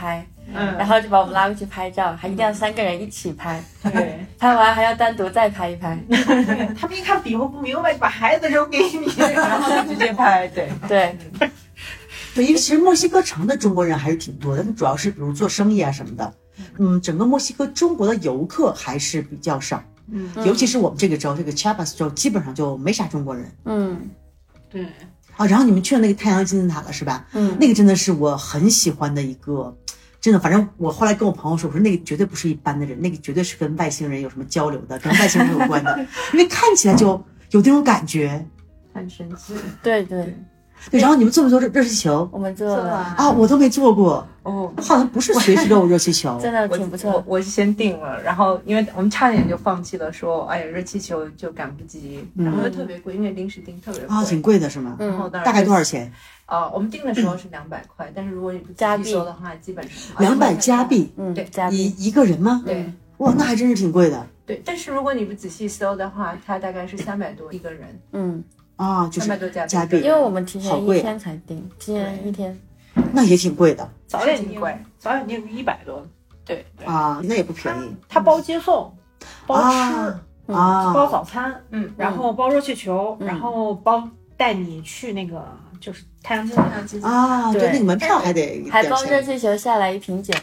Speaker 3: 然后就把我们拉过去拍照，还一定要3个人一起拍，
Speaker 4: 对，
Speaker 3: 拍完还要单独再拍一拍。
Speaker 4: 他们一看比划不明白，就把孩子扔给你，然后就直接拍。对
Speaker 3: 对，
Speaker 1: 因为其实墨西哥城的中国人还是挺多的，主要是比如做生意啊什么的。整个墨西哥中国的游客还是比较少。尤其是我们这个州，这个 Chiapas 州基本上就没啥中国人。
Speaker 4: 对。
Speaker 1: 然后你们去了那个太阳金字塔了是吧？那个真的是我很喜欢的一个，真的，反正我后来跟我朋友说，我说那个绝对不是一般的人，那个绝对是跟外星人有什么交流的，跟外星人有关的，因为看起来就有那种感觉，
Speaker 2: 很神奇。
Speaker 3: 对对。
Speaker 1: 对，然后你们做没做热气球？
Speaker 3: 我们做了
Speaker 1: 啊，我都没做过。好像不是随时都有热气球，
Speaker 3: 真的挺不错。
Speaker 2: 我是先定了，然后因为我们差点就放弃了，说哎呀热气球就赶不及，然后又特别贵，因为临时订特别贵
Speaker 1: 啊，挺贵的是吗？
Speaker 2: 然后
Speaker 1: 大概多少钱？
Speaker 2: 我们订的时候是200块，但是如果你不
Speaker 3: 加币
Speaker 2: 收的话，基本上
Speaker 1: 200加币，
Speaker 2: 对，
Speaker 3: 加币
Speaker 1: 一个人吗？
Speaker 2: 对，
Speaker 1: 哇，那还真是挺贵的。
Speaker 2: 对，但是如果你不仔细搜的话，它大概是300多一个人。
Speaker 1: 就是
Speaker 2: 300多
Speaker 1: 加币，
Speaker 3: 因为我们提前1天才订，提前1天，
Speaker 1: 那也挺贵的。
Speaker 4: 早点订100多，对
Speaker 1: 啊，那也不便宜。
Speaker 4: 他包接送，包吃包早餐，然后包热气球，然后包带你去那个就是太阳金字塔
Speaker 1: 啊，对，那个门票还得
Speaker 3: 还包热气球下来1瓶酒。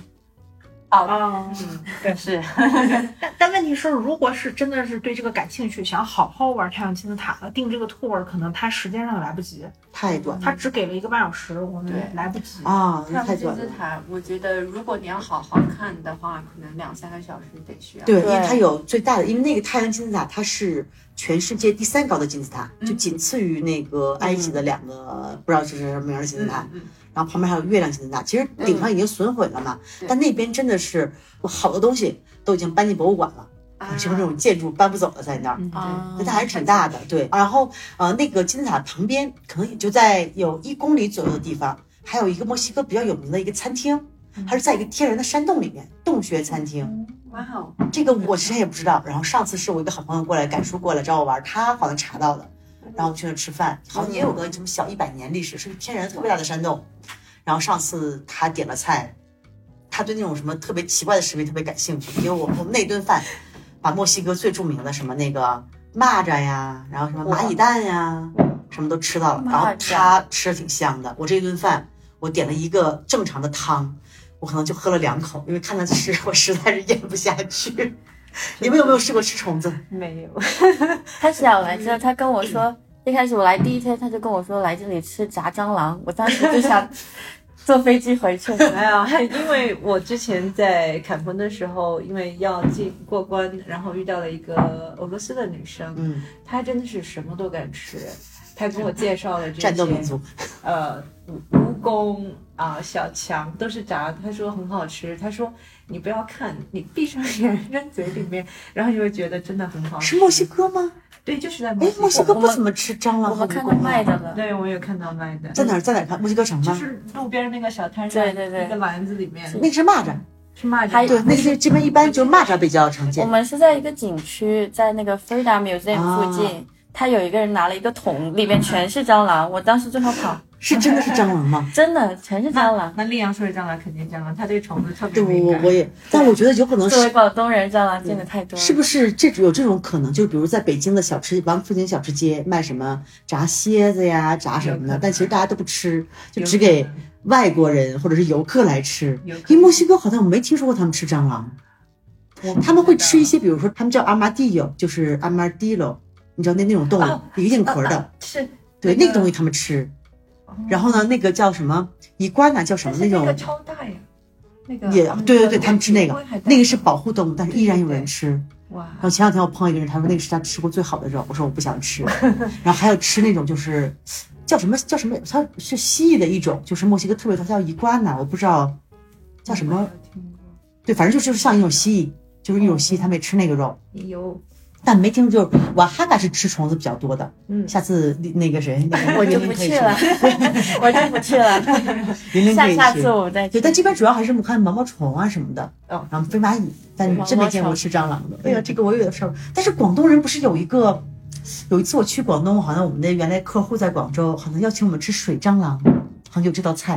Speaker 4: 对是，但问题是，如果是真的是对这个感兴趣，想好好玩太阳金字塔的，订这个 tour 可能他时间上来不及，
Speaker 1: 太短，
Speaker 4: 他只给了1个半小时，我们来不及
Speaker 1: 啊，
Speaker 2: 太
Speaker 1: 短了。
Speaker 2: 金字塔，我觉得如果你要好好看的话，可能2-3个小时得需要。
Speaker 1: 对，因为它有最大的，因为那个太阳金字塔它是全世界第3高的金字塔，就仅次于那个埃及的2个不知道是什么样的金字塔。然后旁边还有月亮金字塔，其实顶上已经损毁了嘛，但那边真的是好多东西都已经搬进博物馆了，就是那种建筑搬不走了在那儿，那它还是挺大的，对。然后那个金字塔旁边可能也就在有1公里左右的地方，还有一个墨西哥比较有名的一个餐厅，它是在一个天然的山洞里面，洞穴餐厅。
Speaker 2: 哇哦，
Speaker 1: 这个我之前也不知道。然后上次是我一个好朋友过来赶书过来找我玩，他好像查到的。然后我们去那吃饭，好像也有个什么小100年历史，是个天然特别大的山洞。然后上次他点了菜，他对那种什么特别奇怪的食品特别感兴趣，因为我们那顿饭把墨西哥最著名的什么那个蚂蚱呀，然后什么蚂蚁蛋呀，什么都吃到了。然后他吃的挺香的。我这顿饭我点了一个正常的汤，我可能就喝了2口，因为看他吃我实在是咽不下去。你们有没有试过吃虫子？
Speaker 2: 没有。
Speaker 3: 他小来之后，他跟我说，一开始我来第1天，他就跟我说来这里吃炸蟑螂，我当时就想坐飞机回去。
Speaker 2: 没有，因为我之前在坎昆的时候，因为要过关，然后遇到了一个俄罗斯的女生，她真的是什么都敢吃。她给我介绍了这些
Speaker 1: 战斗民族，
Speaker 2: 蜈蚣啊、小强都是炸的，她说很好吃。她说你不要看，你闭上眼扔嘴里面，然后你会觉得真的很好吃。
Speaker 1: 是墨西哥吗？
Speaker 2: 对，就是在
Speaker 1: 墨西哥不怎么吃蟑螂，
Speaker 3: 我们看到卖的了。
Speaker 2: 对，我有看到卖的。
Speaker 1: 在哪看？墨西哥城吗？
Speaker 2: 就是路边那个小摊上，
Speaker 3: 对，
Speaker 2: 一个篮子里面。
Speaker 1: 那个是蚂蚱。
Speaker 2: 是蚂蚱，
Speaker 1: 对，那个这边一般就蚂蚱比较常见。
Speaker 3: 我们是在一个景区，在那个 Frida Museum 附近，他有一个人拿了一个桶，里面全是蟑螂，我当时正好跑。
Speaker 1: 是真的是蟑螂吗？
Speaker 3: 真的全是蟑螂。
Speaker 2: 那丽阳说的蟑螂肯定蟑螂，他对虫子特别敏感。
Speaker 1: 对，我也，但我觉得有可能是
Speaker 3: 作为广东人，蟑螂见的太多了。
Speaker 1: 是不是有这种可能？就比如在北京的王府井小吃街卖什么炸蝎子呀、炸什么的，但其实大家都不吃，就只给外国人或者是游客来吃。因为墨西哥好像我没听说过他们吃蟑螂，他们会吃一些，比如说他们叫阿玛蒂尤，就是 armadillo， 你知道那种动物，一定壳的，
Speaker 2: 是
Speaker 1: 对那个东西他们吃。然后呢，那个叫什么伊瓜纳叫什么那种？
Speaker 2: 那个超大呀，那个
Speaker 1: 也对，他们吃那个是保护动物，但是依然有人吃。
Speaker 2: 哇！
Speaker 1: 然后前2天我碰到一个人，他说那个是他吃过最好的肉，我说我不想吃。然后还有吃那种就是叫什么，它是蜥蜴的一种，就是墨西哥特别多，它叫伊瓜纳，我不知道叫什么。对，反正就是像一种蜥蜴，就是一种蜥蜴，他们也吃那个肉。
Speaker 2: 有。
Speaker 1: 但没听说，就是瓦哈嘎是吃虫子比较多的。下次那个谁，
Speaker 3: 我就不去了，我就不去了。下次我再去。
Speaker 1: 对，但这边主要还是看毛毛虫啊什么的，然后飞蚂蚁，但真没见过吃蟑螂的。哎呀，这个我有点事儿。但是广东人不是有一次我去广东，好像我们的原来客户在广州，好像邀请我们吃水蟑螂，好像有这道菜。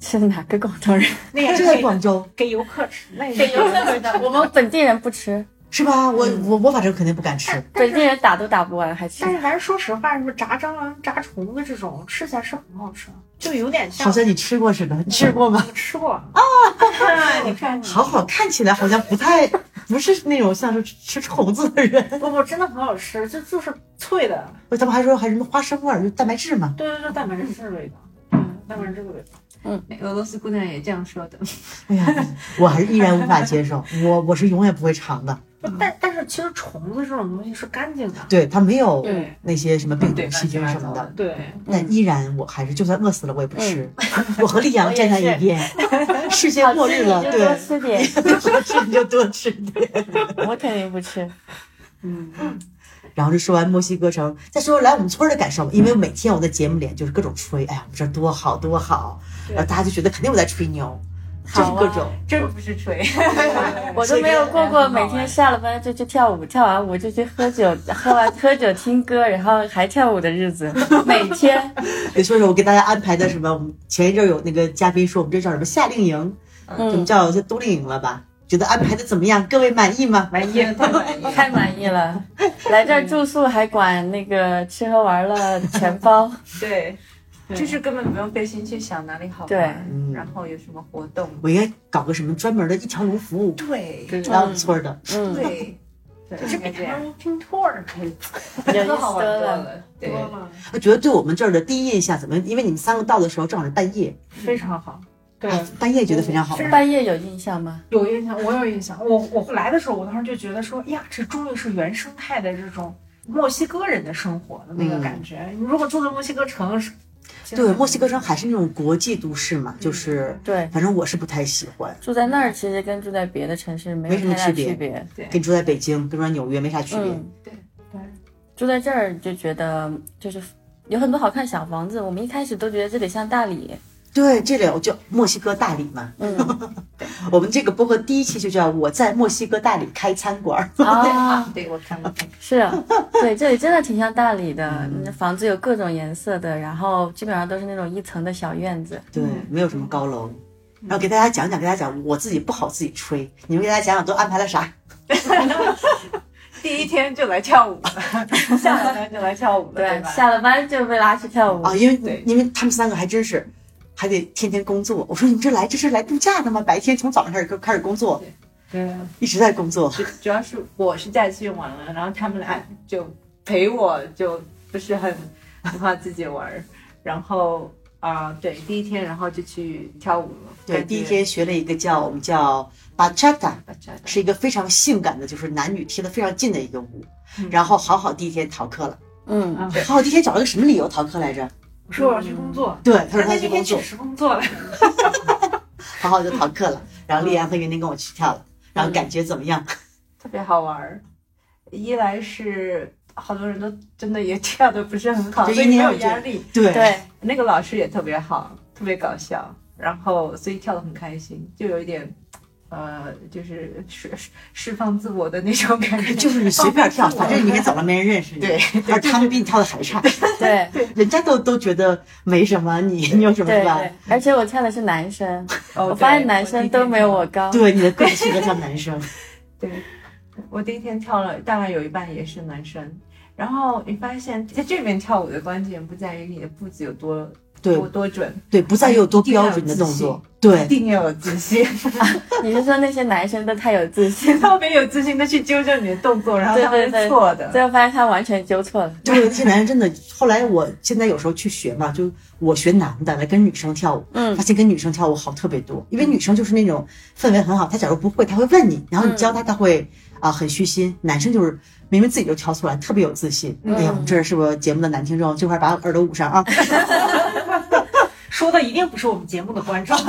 Speaker 3: 是哪个广东人？
Speaker 4: 那个
Speaker 1: 就在广州
Speaker 4: 给游客吃，
Speaker 3: 给游客吃的，我们本地人不吃。
Speaker 1: 是吧？我反正肯定不敢吃，
Speaker 3: 本地人打都打不完还吃。
Speaker 4: 但是还是说实话，什么炸蟑螂、炸虫子这种吃起来是很好吃，就有点像。
Speaker 1: 好像你吃过似的，你吃过吗？
Speaker 4: 吃过啊，
Speaker 2: 你看，
Speaker 1: 好看起来好像不是那种像是吃虫子的人。
Speaker 4: 不，真的很好吃，就是脆的。
Speaker 1: 他们还说还什么花生味儿，就蛋白质嘛。
Speaker 4: 对，蛋白质味道，蛋白质的味道。
Speaker 2: 俄罗斯姑娘也这样说的。
Speaker 1: 哎呀，我还是依然无法接受，我是永远不会尝的。
Speaker 4: 但是其实虫子这种东西是干净的，
Speaker 1: 对，它没有那些什么病毒、细菌什么的。
Speaker 4: 对，
Speaker 1: 但依然我还是就算饿死了我也不吃。我和丽阳站在一边，世界末日了，对，
Speaker 3: 多吃点，
Speaker 1: 多吃你就多吃点。
Speaker 3: 我肯定不吃。
Speaker 1: 然后就说完墨西哥城，再说来我们村的感受吧，因为每天我在节目里就是各种吹，哎呀，我们这多好多好，然后大家就觉得肯定我在吹牛。就是各种，
Speaker 2: 真不是吹，
Speaker 3: 我都没有过过每天下了班就去跳舞，跳完舞就去喝酒，喝酒听歌，然后还跳舞的日子，每天。
Speaker 1: 你说说我给大家安排的什么？我们前一阵有那个嘉宾说我们这叫什么夏令营，我们叫冬令营了吧？觉得安排的怎么样？各位满意吗？
Speaker 2: 满意，
Speaker 3: 太满意了。来这儿住宿还管那个吃喝玩乐全包。
Speaker 2: 对。就是根本不用费心去想哪里好玩，然后有什么活动。
Speaker 1: 我应该搞个什么专门的一条龙服务，
Speaker 2: 对，
Speaker 1: 当村的，
Speaker 2: 对，
Speaker 4: 就是给他们拼托儿可以，
Speaker 3: 更
Speaker 2: 好玩多了，对。
Speaker 1: 我觉得对我们这儿的第一印象怎么？因为你们3个到的时候正好是半夜，
Speaker 4: 非常好。对，
Speaker 1: 半夜觉得非常好。
Speaker 3: 半夜有印象吗？
Speaker 4: 有印象，我有印象。我来的时候，我当时就觉得说，呀，这终于是原生态的这种墨西哥人的生活的那个感觉。你如果住在墨西哥城，
Speaker 1: 对，墨西哥城还是那种国际都市嘛，就是
Speaker 3: 对，
Speaker 1: 反正我是不太喜欢。
Speaker 3: 住在那儿其实跟住在别的城市没
Speaker 1: 什么
Speaker 3: 区
Speaker 1: 别，对，跟住在北京、跟住在纽约没啥区别。
Speaker 2: 对，
Speaker 3: 住在这儿就觉得就是有很多好看小房子，我们一开始都觉得这里像大理。
Speaker 1: 对，这里叫墨西哥大理嘛。我们这个播客第一期就叫我在墨西哥大理开餐馆。
Speaker 2: 对，我看过。
Speaker 3: 是啊，对，这里真的挺像大理的，房子有各种颜色的，然后基本上都是那种1层的小院子。
Speaker 1: 对，没有什么高楼。然后给大家讲，我自己不好自己吹，你们给大家讲讲都安排了啥？
Speaker 2: 第一天就来跳舞，下了班就来跳舞，
Speaker 3: 对，下了班就被拉去跳舞
Speaker 1: 啊！因为他们3个还真是，还得天天工作。我说你们这是来度假的吗？白天从早上开始工作，
Speaker 2: 对，
Speaker 1: 一直在工作。
Speaker 2: 主要是我是假期用完了，然后他们俩就陪我，就不是很怕自己玩，然后对，第一天然后就去跳舞了。
Speaker 1: 对，第一天学了一个我们叫bachata，是一个非常性感的，就是男女贴得非常近的一个舞。然后好第一天逃课了。好第一天找了个什么理由逃课来着？
Speaker 4: 我说我要去工作。
Speaker 1: 对，他说他去工作。
Speaker 4: 确实工作了。
Speaker 1: 好就逃课了。然后丽安和云林跟我去跳了，然后感觉怎么样？
Speaker 2: 特别好玩。一来是好多人都真的也跳得不是很好，所以没有压力。
Speaker 1: 对，
Speaker 2: 那个老师也特别好，特别搞笑。然后所以跳得很开心，就有一点就是释放自我的那种感觉，
Speaker 1: 就是你随便跳，反正你明天走了没人认识你。
Speaker 2: 对，
Speaker 1: 而他们比你跳的还差。
Speaker 3: 对，
Speaker 1: 人家都觉得没什么，你有什么是吧？
Speaker 3: 对，而且我跳的是男生，我发现男生都没有我高。
Speaker 1: 对，你的个子适合跳男生。
Speaker 2: 对，我第一天跳了，大概有一半也是男生。然后你发现在这边跳舞的关键不在于你的步子有多准，
Speaker 1: 对，不再有多标准的动作，对，
Speaker 2: 一定要有自信。
Speaker 3: 你是说那些男生都太有自信，
Speaker 2: 特别有自信的去纠正你的动作，然后他们是错的，
Speaker 3: 最后发现他完全纠错了。
Speaker 1: 对，那些男人真的。后来我现在有时候去学嘛，就我学男的来跟女生跳舞，发现跟女生跳舞好特别多，因为女生就是那种氛围很好，她假如不会，她会问你，然后你教她，她会很虚心。男生就是明明自己就跳出来，特别有自信。哎呀，我们这是不是节目的男听众？这块把耳朵捂上啊！
Speaker 4: 说的一定不是我们节目的观众。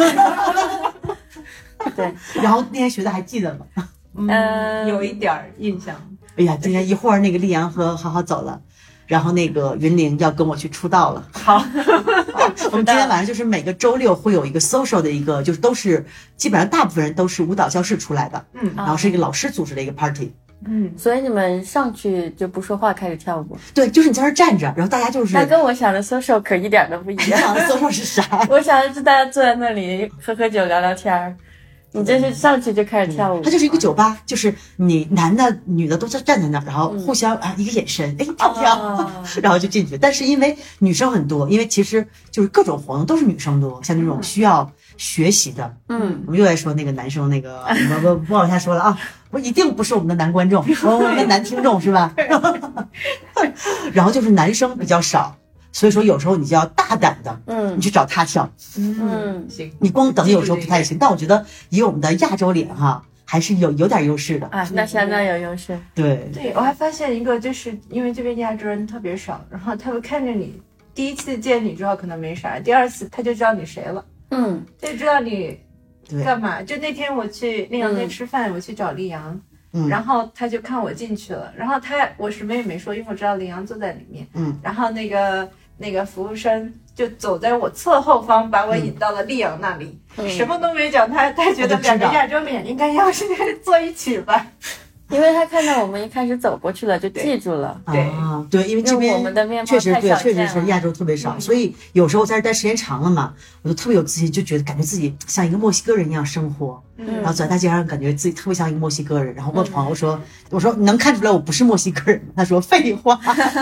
Speaker 1: 对，然后那天学的还记得吗？
Speaker 2: 有一点印象。
Speaker 1: 哎呀，今天一会儿那个丽阳和好走了，然后那个云玲要跟我去出道了。
Speaker 4: 好，
Speaker 1: 我们今天晚上就是每个周六会有一个 social 的一个，就是都是基本上大部分人都是舞蹈教室出来的，然后是一个老师组织的一个 party。
Speaker 3: 所以你们上去就不说话开始跳舞？
Speaker 1: 对，就是你在那站着，然后大家就是。
Speaker 3: 那跟我想的 social 可一点都不一样。
Speaker 1: 你想的 social 是啥？
Speaker 3: 我想的是大家坐在那里喝喝酒聊聊天，你这是上去就开始跳舞。
Speaker 1: 它就是一个酒吧，就是你男的女的都站在那儿，然后互相一个眼神，跳不跳，然后就进去。但是因为女生很多，因为其实就是各种活动都是女生多，像那种需要学习的，我们又在说那个男生那个，不往下说了啊，我一定不是我们的男观众，我们的男听众是吧？然后就是男生比较少。所以说有时候你就要大胆的，你去找他跳，
Speaker 2: 行，
Speaker 1: 你光等有时候不太行。但我觉得以我们的亚洲脸还是有点优势的
Speaker 3: 啊，那相当有优势。
Speaker 1: 对，
Speaker 2: 我还发现一个，就是因为这边亚洲人特别少，然后他会看着你，第一次见你之后可能没啥，第二次他就知道你谁了，就知道你干嘛。就那天我去丽阳店吃饭，我去找丽阳。然后他就看我进去了，然后我什么也没说，因为我知道李阳坐在里面。然后那个服务生就走在我侧后方，把我引到了丽阳那里，什么都没讲，他觉得两个亚洲脸应该要是坐一起吧。
Speaker 3: 因为他看到我们一开始走过去了，就记住了。
Speaker 1: 对，因为这边
Speaker 3: 我们的面貌
Speaker 1: 确实是亚洲特别少，所以有时候在这待时间长了嘛，我就特别有自信，就觉得感觉自己像一个墨西哥人一样生活。然后走在大街上，感觉自己特别像一个墨西哥人。然后问朋友说：“我说你能看出来我不是墨西哥人？”他说：“废话。”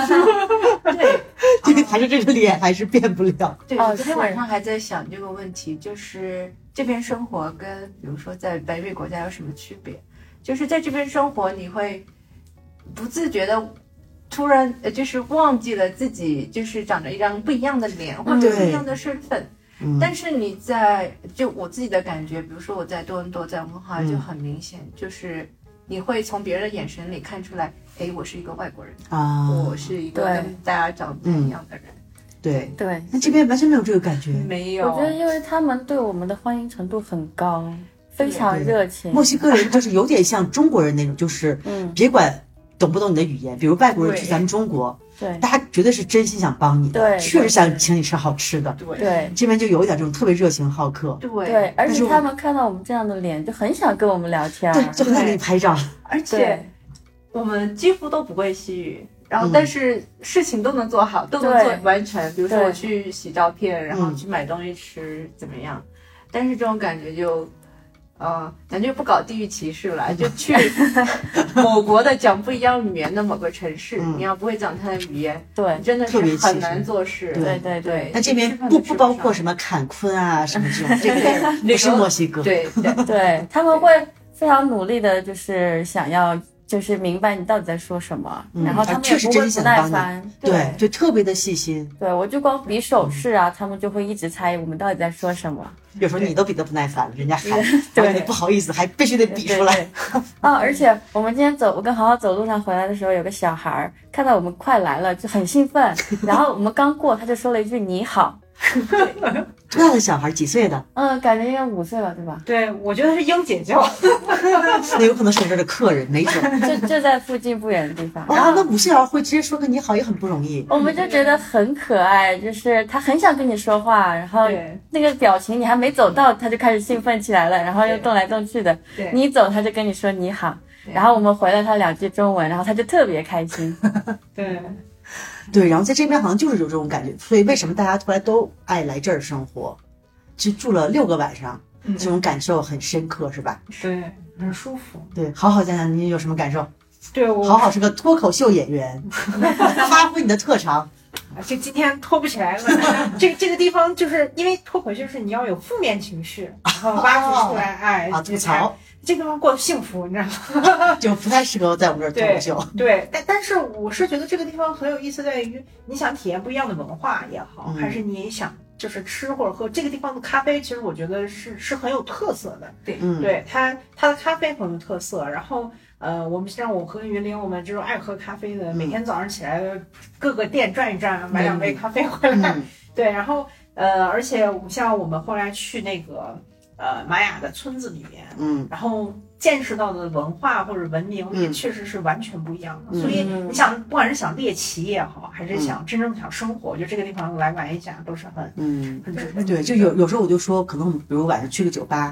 Speaker 1: 对，还是这个脸还是变不了。
Speaker 2: 对，我昨天晚上还在想这个问题，就是这边生活跟比如说在北美国家有什么区别？就是在这边生活，你会不自觉的突然就是忘记了自己就是长着一张不一样的脸或者不一样的身份。但是你就我自己的感觉，比如说我在多伦多，在温哥华就很明显，就是你会从别人的眼神里看出来，我是一个外国人我是一个跟大家长得不一样的人。
Speaker 3: 对，
Speaker 1: 那这边完全没有这个感觉。
Speaker 2: 没有，
Speaker 3: 我觉得因为他们对我们的欢迎程度很高。非常热情。
Speaker 1: 墨西哥人就是有点像中国人那种，就是别管懂不懂你的语言，比如外国人去咱们中国，大家绝对是真心想帮你的，确实想请你吃好吃的。
Speaker 3: 对，
Speaker 1: 这边就有一点这种特别热情好客。
Speaker 3: 对，而且他们看到我们这样的脸，就很想跟我们聊天，
Speaker 1: 对，就很想给你拍照。
Speaker 2: 而且我们几乎都不会西语，然后但是事情都能做好，都能完成。比如说我去洗照片，然后去买东西吃，怎么样？但是这种感觉就。咱就不搞地域歧视了，就去某国的讲不一样语言的某个城市，你要不会讲他的语言，真的是很难做事。
Speaker 3: 对。
Speaker 1: 那这边不包括什么坎昆啊什么这种，这个不是墨西哥。
Speaker 3: 对，他们会非常努力的，就是想要。就是明白你到底在说什么，然后他们也不会不耐烦，
Speaker 1: 对，就特别的细心。
Speaker 3: 对，我就光比手势啊，他们就会一直猜我们到底在说什么。
Speaker 1: 有时候你都比他不耐烦，人家还对不好意思，还必须得比出来。
Speaker 3: 而且我们今天我跟豪豪走路上回来的时候，有个小孩看到我们快来了，就很兴奋，然后我们刚过，他就说了一句你好。
Speaker 1: 多大的小孩？几岁的？
Speaker 3: 感觉应该5岁了，对吧？
Speaker 4: 对，我觉得是英姐教。
Speaker 1: 那有可能是我这儿的客人，没准。
Speaker 3: 就在附近不远的地方。
Speaker 1: 那5岁小孩会直接说个你好也很不容易。
Speaker 3: 我们就觉得很可爱，就是他很想跟你说话，然后那个表情你还没走到，他就开始兴奋起来了，然后又动来动去的。你一走他就跟你说你好，然后我们回了他2句中文，然后他就特别开心。
Speaker 1: 对，然后在这边好像就是有这种感觉，所以为什么大家后来都爱来这儿生活？就住了6个晚上，这种感受很深刻，是吧？
Speaker 4: 对，很舒服。
Speaker 1: 对，好好讲讲你有什么感受？
Speaker 4: 对，
Speaker 1: 好好是个脱口秀演员，发挥你的特长。
Speaker 4: 这今天脱不起来了。这个地方就是因为脱口秀是你要有负面情绪，然后挖掘出来，
Speaker 1: 吐槽。
Speaker 4: 这个地方过得幸福，你知道吗？
Speaker 1: 就不太适合在我们这儿脱口秀。
Speaker 4: 对，但是我是觉得这个地方很有意思，在于你想体验不一样的文化也好，还是你想就是吃或者喝，这个地方的咖啡，其实我觉得是很有特色的。对，它的咖啡很有特色。然后我和云玲，我们这种爱喝咖啡的，每天早上起来各个店转一转，买2杯咖啡回来。对，然后而且像我们后来去那个。玛雅的村子里面，然后见识到的文化或者文明也确实是完全不一样的。所以你想，不管是想猎奇也好，还是想真正想生活，就这个地方来玩一下都是很值得。
Speaker 1: 对，就有时候我就说，可能我们比如晚上去个酒吧，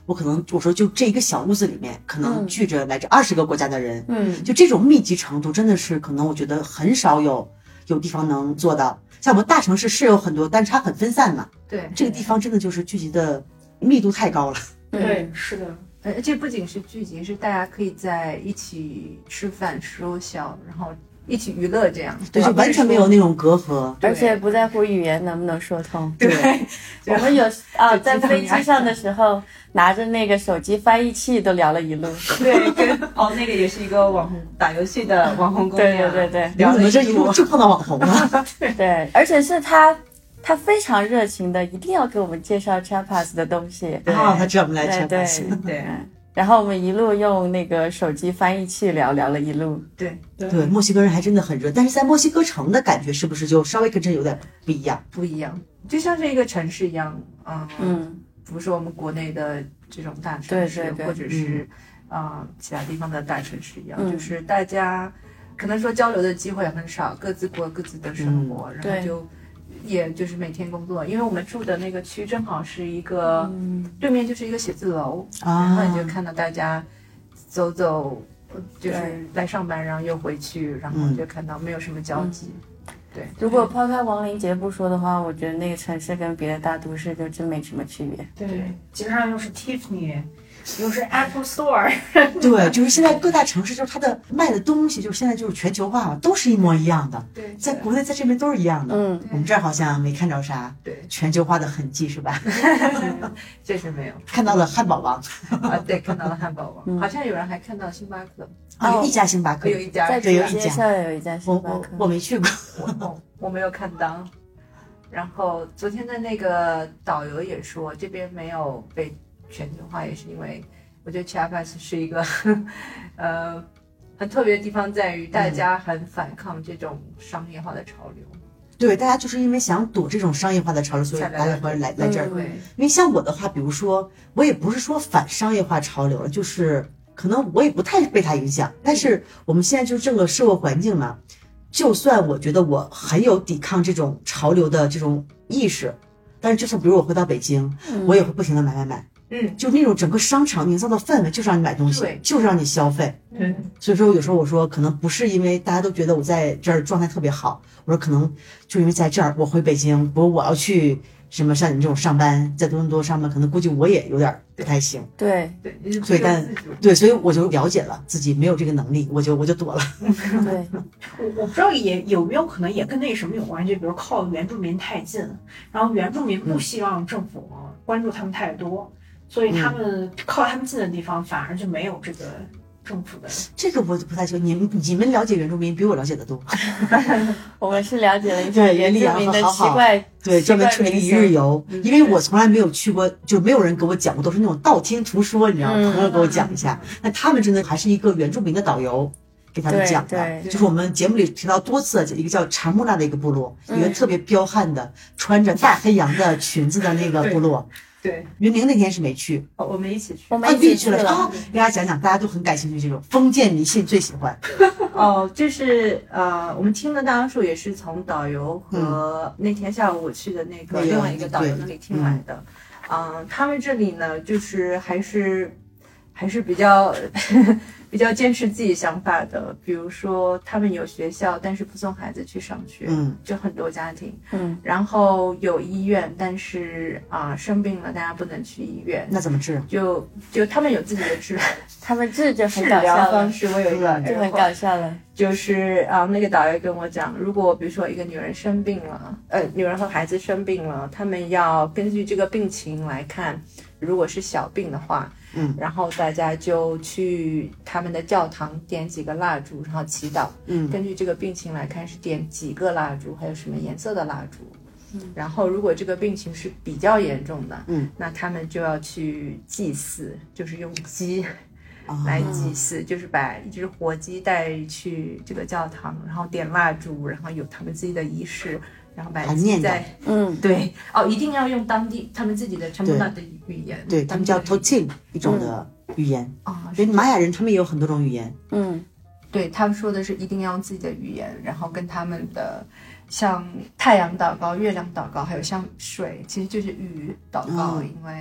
Speaker 1: 我可能我说就这一个小屋子里面可能聚着来自20个国家的人，就这种密集程度真的是可能我觉得很少有地方能做到。像我们大城市是有很多，但是它很分散嘛。
Speaker 2: 对，
Speaker 1: 这个地方真的就是聚集的密度太高了。
Speaker 4: 对，是的。
Speaker 2: 而且不仅是聚集，是大家可以在一起吃饭、说笑，然后一起娱乐这样。
Speaker 1: 对，就完全没有那种隔阂，
Speaker 3: 而且不在乎语言能不能说通。
Speaker 2: 对，
Speaker 3: 我们有在飞机上的时候拿着那个手机翻译器都聊了一路。
Speaker 2: 对，那个也是一个网红打游戏的网红姑娘。
Speaker 3: 对，
Speaker 1: 你怎么这一路就碰到网红了？
Speaker 3: 对，而且是他非常热情的，一定要给我们介绍 Chiapas 的东西。
Speaker 1: 他知道我们来 Chiapas。
Speaker 2: 对。
Speaker 3: 然后我们一路用那个手机翻译器聊了一路。
Speaker 2: 对，
Speaker 1: 墨西哥人还真的很热，但是在墨西哥城的感觉是不是就稍微跟这有点不一样？
Speaker 2: 不一样，就像是一个城市一样，不是我们国内的这种大城市，
Speaker 3: 对，
Speaker 2: 或者是其他地方的大城市一样，就是大家可能说交流的机会很少，各自过各自的生活，然后就。也就是每天工作，因为我们住的那个区正好是一个，对面就是一个写字楼，然后你就看到大家走，就是来上班，然后又回去，然后就看到没有什么交集。对，
Speaker 3: 如果抛开亡灵节不说的话，我觉得那个城市跟别的大都市就真没什么区别。
Speaker 4: 对，街上又是 Tiffany。又是 Apple Store。
Speaker 1: 对，就是现在各大城市就是它的卖的东西就是现在就是全球化嘛，都是一模一样的。
Speaker 2: 对，
Speaker 1: 在国内在这边都是一样的。我们这儿好像没看着啥全球化的痕迹，是吧？
Speaker 2: 这是没有
Speaker 1: 看到了汉堡王
Speaker 2: 对，看到了汉堡王，好像有人还看到星巴克
Speaker 1: 有一家星巴克，
Speaker 2: 有一家
Speaker 3: 在主街上有一家星巴克，
Speaker 1: 我没去过，
Speaker 2: 我没有看到。然后昨天的那个导游也说，这边没有被全球化，也是因为我觉得 Chiapas 是一个很特别的地方，在于大家很反抗这种商业化的潮流。
Speaker 1: 对，大家就是因为想躲这种商业化的潮流，所以大家会来这儿。因为像我的话，比如说我也不是说反商业化潮流，就是可能我也不太被它影响，但是我们现在就是这个社会环境嘛，就算我觉得我很有抵抗这种潮流的这种意识，但是就算比如我回到北京，我也会不停的买。就那种整个商场营造的氛围就是让你买东西，就是让你消费。所以说有时候我说可能不是因为大家都觉得我在这儿状态特别好，我说可能就因为在这儿，我回北京，不过我要去什么像你这种上班，在多伦多上班，可能估计我也有点不太行。
Speaker 3: 对，
Speaker 1: 所以我就了解了自己没有这个能力，我就躲了。
Speaker 3: 对，
Speaker 4: 我不知道有没有可能也跟那什么有关系，就比如靠原住民太近，然后原住民不希望政府关注他们太多。所以他们靠他们近的地方反而就没有这个政府的。
Speaker 1: 这个我不太清楚，你们了解原住民比我了解的多。
Speaker 3: 我们是了解了一下原住民的奇怪，
Speaker 1: 对，专门出了一日游，因为我从来没有去过，就没有人给我讲过，都是那种道听途说，你知道吗？朋友给我讲一下，那他们真的还是一个原住民的导游给他们讲的，就是我们节目里提到多次的一个叫查木纳的一个部落，一个特别彪悍的穿着大黑羊的裙子的那个部落。
Speaker 2: 对，
Speaker 1: 云玲那天是没去，
Speaker 2: 我们一起去，
Speaker 3: 我们一起
Speaker 1: 去了啊！给大家讲讲，大家都很感兴趣这种封建迷信，最喜欢。
Speaker 2: 就是我们听的大多数也是从导游和那天下午我去的那个另外一个导游那里听来的。他们这里呢，就是还是比较比较坚持自己想法的，比如说他们有学校，但是不送孩子去上学，就很多家庭，然后有医院，但是生病了大家不能去医院，
Speaker 1: 那怎么治？
Speaker 2: 就他们有自己的治，
Speaker 3: 他们治就很搞笑了，
Speaker 2: 方式我有一个
Speaker 3: 就很搞笑了，
Speaker 2: 就是那个导游跟我讲，如果比如说一个女人生病了，女人和孩子生病了，他们要根据这个病情来看，如果是小病的话。然后大家就去他们的教堂点几个蜡烛，然后祈祷。根据这个病情来看是点几个蜡烛，还有什么颜色的蜡烛。然后如果这个病情是比较严重的，那他们就要去祭祀，就是用鸡来祭祀，就是把一只活鸡带去这个教堂，然后点蜡烛，然后有他们自己的仪式。然后把鸡在对一定要用当地他们自己的查木纳的语言，
Speaker 1: 对他们叫 Totin 一种的语言所以玛雅人他们也有很多种语言，
Speaker 2: 对他们说的是一定要用自己的语言，然后跟他们的像太阳祷告、月亮祷告，还有像水，其实就是雨祷告，因为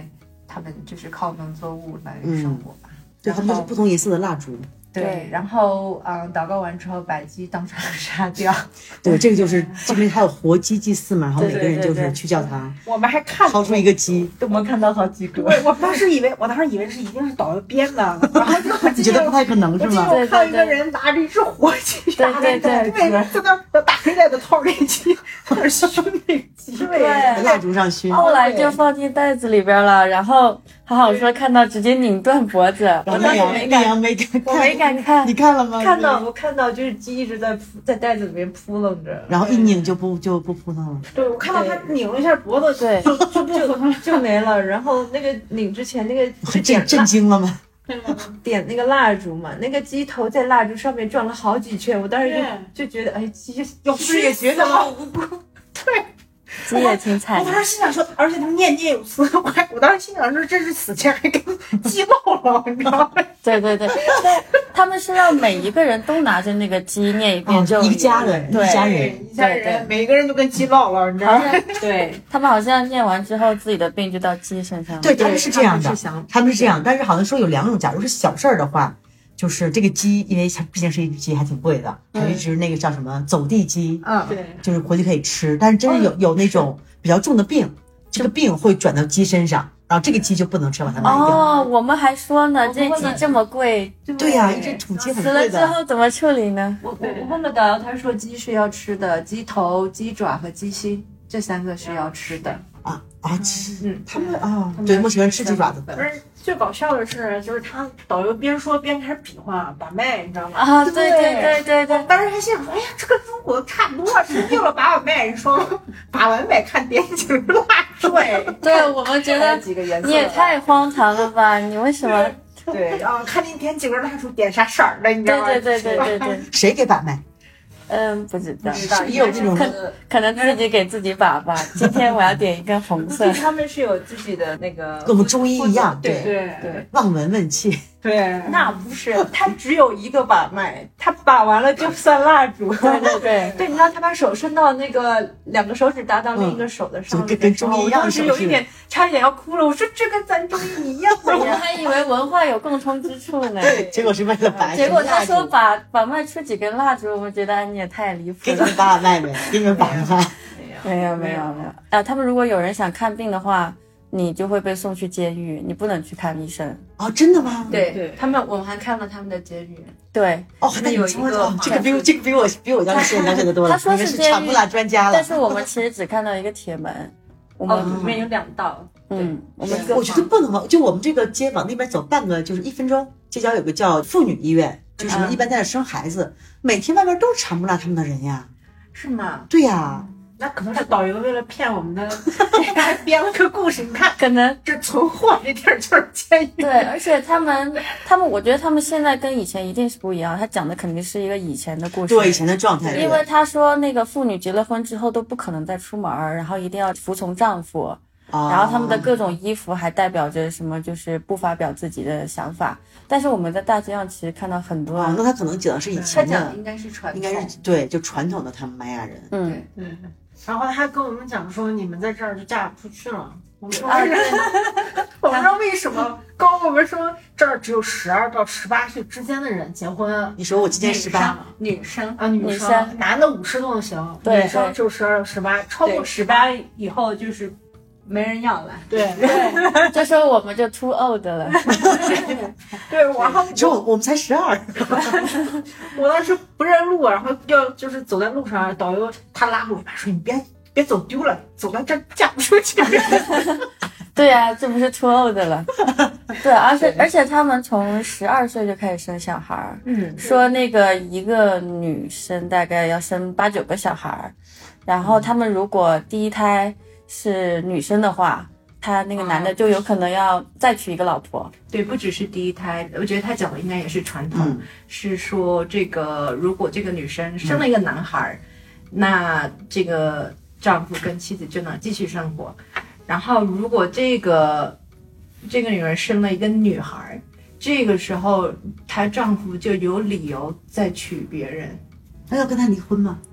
Speaker 2: 他们就是靠农作物来生活吧。
Speaker 1: 对，他们都是不同颜色的蜡烛。
Speaker 2: 对，然后祷告完之后把鸡当场杀掉。
Speaker 1: 对，这个就是因为还有活鸡祭祀嘛，然后每个人就是去教堂，
Speaker 4: 我们还看
Speaker 1: 掏出一个鸡，
Speaker 2: 我们看到好几个。
Speaker 4: 我当时以为是一定是导游编的，然后
Speaker 1: 你觉得不太可能是吗？
Speaker 4: 我看一个人拿着一只活鸡，
Speaker 3: 对，
Speaker 4: 在那打黑带的套那鸡，在那熏那鸡，
Speaker 3: 对，
Speaker 1: 蜡烛上熏。
Speaker 3: 后来就放进袋子里边了，然后好好说看到直接拧断脖子，
Speaker 1: 然后那阳没敢，
Speaker 3: 我没敢看，
Speaker 1: 你看了吗？
Speaker 2: 我看到就是鸡一直在袋子里面扑棱着，
Speaker 1: 然后一拧就不扑腾了。
Speaker 4: 对，我看到他拧了一下脖子，
Speaker 3: 对，
Speaker 2: 就没了。然后那个拧之前那个
Speaker 1: 震惊了吗？
Speaker 2: 点那个蜡烛嘛，那个鸡头在蜡烛上面转了好几圈，我当时就觉得，哎，鸡是不是也觉得好无辜？
Speaker 4: 对。
Speaker 3: 鸡也挺惨的。
Speaker 4: 我当时心想说，而且他们念念有词，我当时心想说，这是死前还跟鸡唠唠，你知道吗？
Speaker 3: 对，他们是让每一个人都拿着那个鸡念一遍，就
Speaker 1: 一家人，
Speaker 3: 对，
Speaker 4: 一家人，每一个人都跟鸡唠唠，你知道吗？
Speaker 2: 对，
Speaker 3: 他们好像念完之后，自己的病就到鸡身上了。
Speaker 1: 对，他们是这样的，他们是这样，但是好像说有2种，假如是小事儿的话。就是这个鸡，因为它毕竟是一只鸡，还挺贵的，有一只那个叫什么走地鸡，
Speaker 2: 对，
Speaker 1: 就是回去可以吃。但是真是有那种比较重的病，这个病会转到鸡身上，然后这个鸡就不能吃，把它卖掉。
Speaker 3: 哦，我们还说呢，这鸡这么贵，
Speaker 1: 对呀，一只土鸡很贵的。
Speaker 3: 死了之后怎么处理呢？
Speaker 2: 我问了导游，他说鸡是要吃的，鸡头、鸡爪和鸡心这3个是要吃的。
Speaker 1: 他们对，我喜欢吃鸡爪子。
Speaker 4: 不是，最搞笑的是，就是他导游边说边开始比划把脉，你知道吗？
Speaker 3: 啊，对。
Speaker 4: 当时还心想说，哎呀，这跟中国差不多，吃定了把脉。人说把完脉看点景蜡烛。
Speaker 3: 对，我们觉得你也太荒唐了吧？你为什么？
Speaker 4: 对，然后看你点几根蜡烛，点啥色儿的，你知道吗？
Speaker 3: 对。
Speaker 1: 谁给把脉？
Speaker 3: 不知道，
Speaker 1: 也有这种
Speaker 3: 可能自己给自己把吧。今天我要点一根红色。
Speaker 2: 他们是有自己的那个，
Speaker 1: 跟我们中医一样，
Speaker 2: 对，
Speaker 1: 望闻问切。
Speaker 4: 对，
Speaker 2: 那不是，他只有一个把脉，他把完了就算蜡烛。
Speaker 3: 对，
Speaker 2: 你知道他把手伸到那个2个手指搭到另一个手的上面，
Speaker 1: 跟中医一样，
Speaker 2: 我当时有一点差一点要哭了。我说这跟咱中医一样的呀，
Speaker 3: 我还以为文化有共通之处呢。
Speaker 1: 对，结果是为了把。
Speaker 3: 结果他说把脉出几根蜡烛，我觉得你也太离谱了。
Speaker 1: 给你们把脉没？给你们把脉？
Speaker 3: 没有。他们如果有人想看病的话，你就会被送去监狱，你不能去看医生。
Speaker 1: 哦，真的吗？
Speaker 2: 对，我们还看了他们的监狱。
Speaker 3: 对，
Speaker 1: 那有一个，这个比我当时了解的多了。
Speaker 3: 他说是
Speaker 1: 产布拉专家了，
Speaker 3: 但是我们其实只看到一个铁门，
Speaker 2: 里面有2道。
Speaker 1: 我觉得不能就我们这个街往那边走半个就是1分钟，街角有个叫妇女医院，就是什么一般在那生孩子，每天外面都是产布拉他们的人呀。
Speaker 2: 是吗？
Speaker 1: 对呀。
Speaker 4: 那可能是导游为了骗我们的，还编了个故事。你看，
Speaker 3: 可能
Speaker 4: 这存货这地儿就是监狱。
Speaker 3: 对，而且他们，我觉得他们现在跟以前一定是不一样。他讲的肯定是一个以前的故事，
Speaker 1: 对以前的状态。
Speaker 3: 因为他说那个妇女结了婚之后都不可能再出门，然后一定要服从丈夫。然后他们的各种衣服还代表着什么，就是不发表自己的想法。但是我们在大街上其实看到很多，
Speaker 1: 那他可能讲的是以前的，
Speaker 2: 应该是传统，
Speaker 1: 应该是对，就传统的他们玛雅人。
Speaker 4: 对。然后他还跟我们讲说，你们在这儿就嫁不出去了。我们说我们说为什么？跟我们说这儿只有12到18岁之间的人结婚。
Speaker 1: 你说我今年18，
Speaker 2: 女生，
Speaker 4: 男的50都行，女生就12到18，超过
Speaker 2: 18以后就是没人要了。
Speaker 4: 对，
Speaker 3: 这时候我们就 too old 了。
Speaker 4: 对，然后
Speaker 1: 我们才12。
Speaker 4: 我当时不认路，然后就是走在路上，导游他拉我一把说：“你别走丢了，走到这儿嫁不出去。”
Speaker 3: 对呀，这不是 too old 了。对，而且他们从12岁就开始生小孩，说那个一个女生大概要生8、9个小孩，然后他们如果第一胎是女生的话，他那个男的就有可能要再娶一个老婆。
Speaker 2: 对，不只是第一胎，我觉得他讲的应该也是传统，是说这个如果这个女生生了一个男孩，那这个丈夫跟妻子就能继续生活。然后如果这个女人生了一个女孩，这个时候她丈夫就有理由再娶别人。
Speaker 1: 那要跟她离婚吗？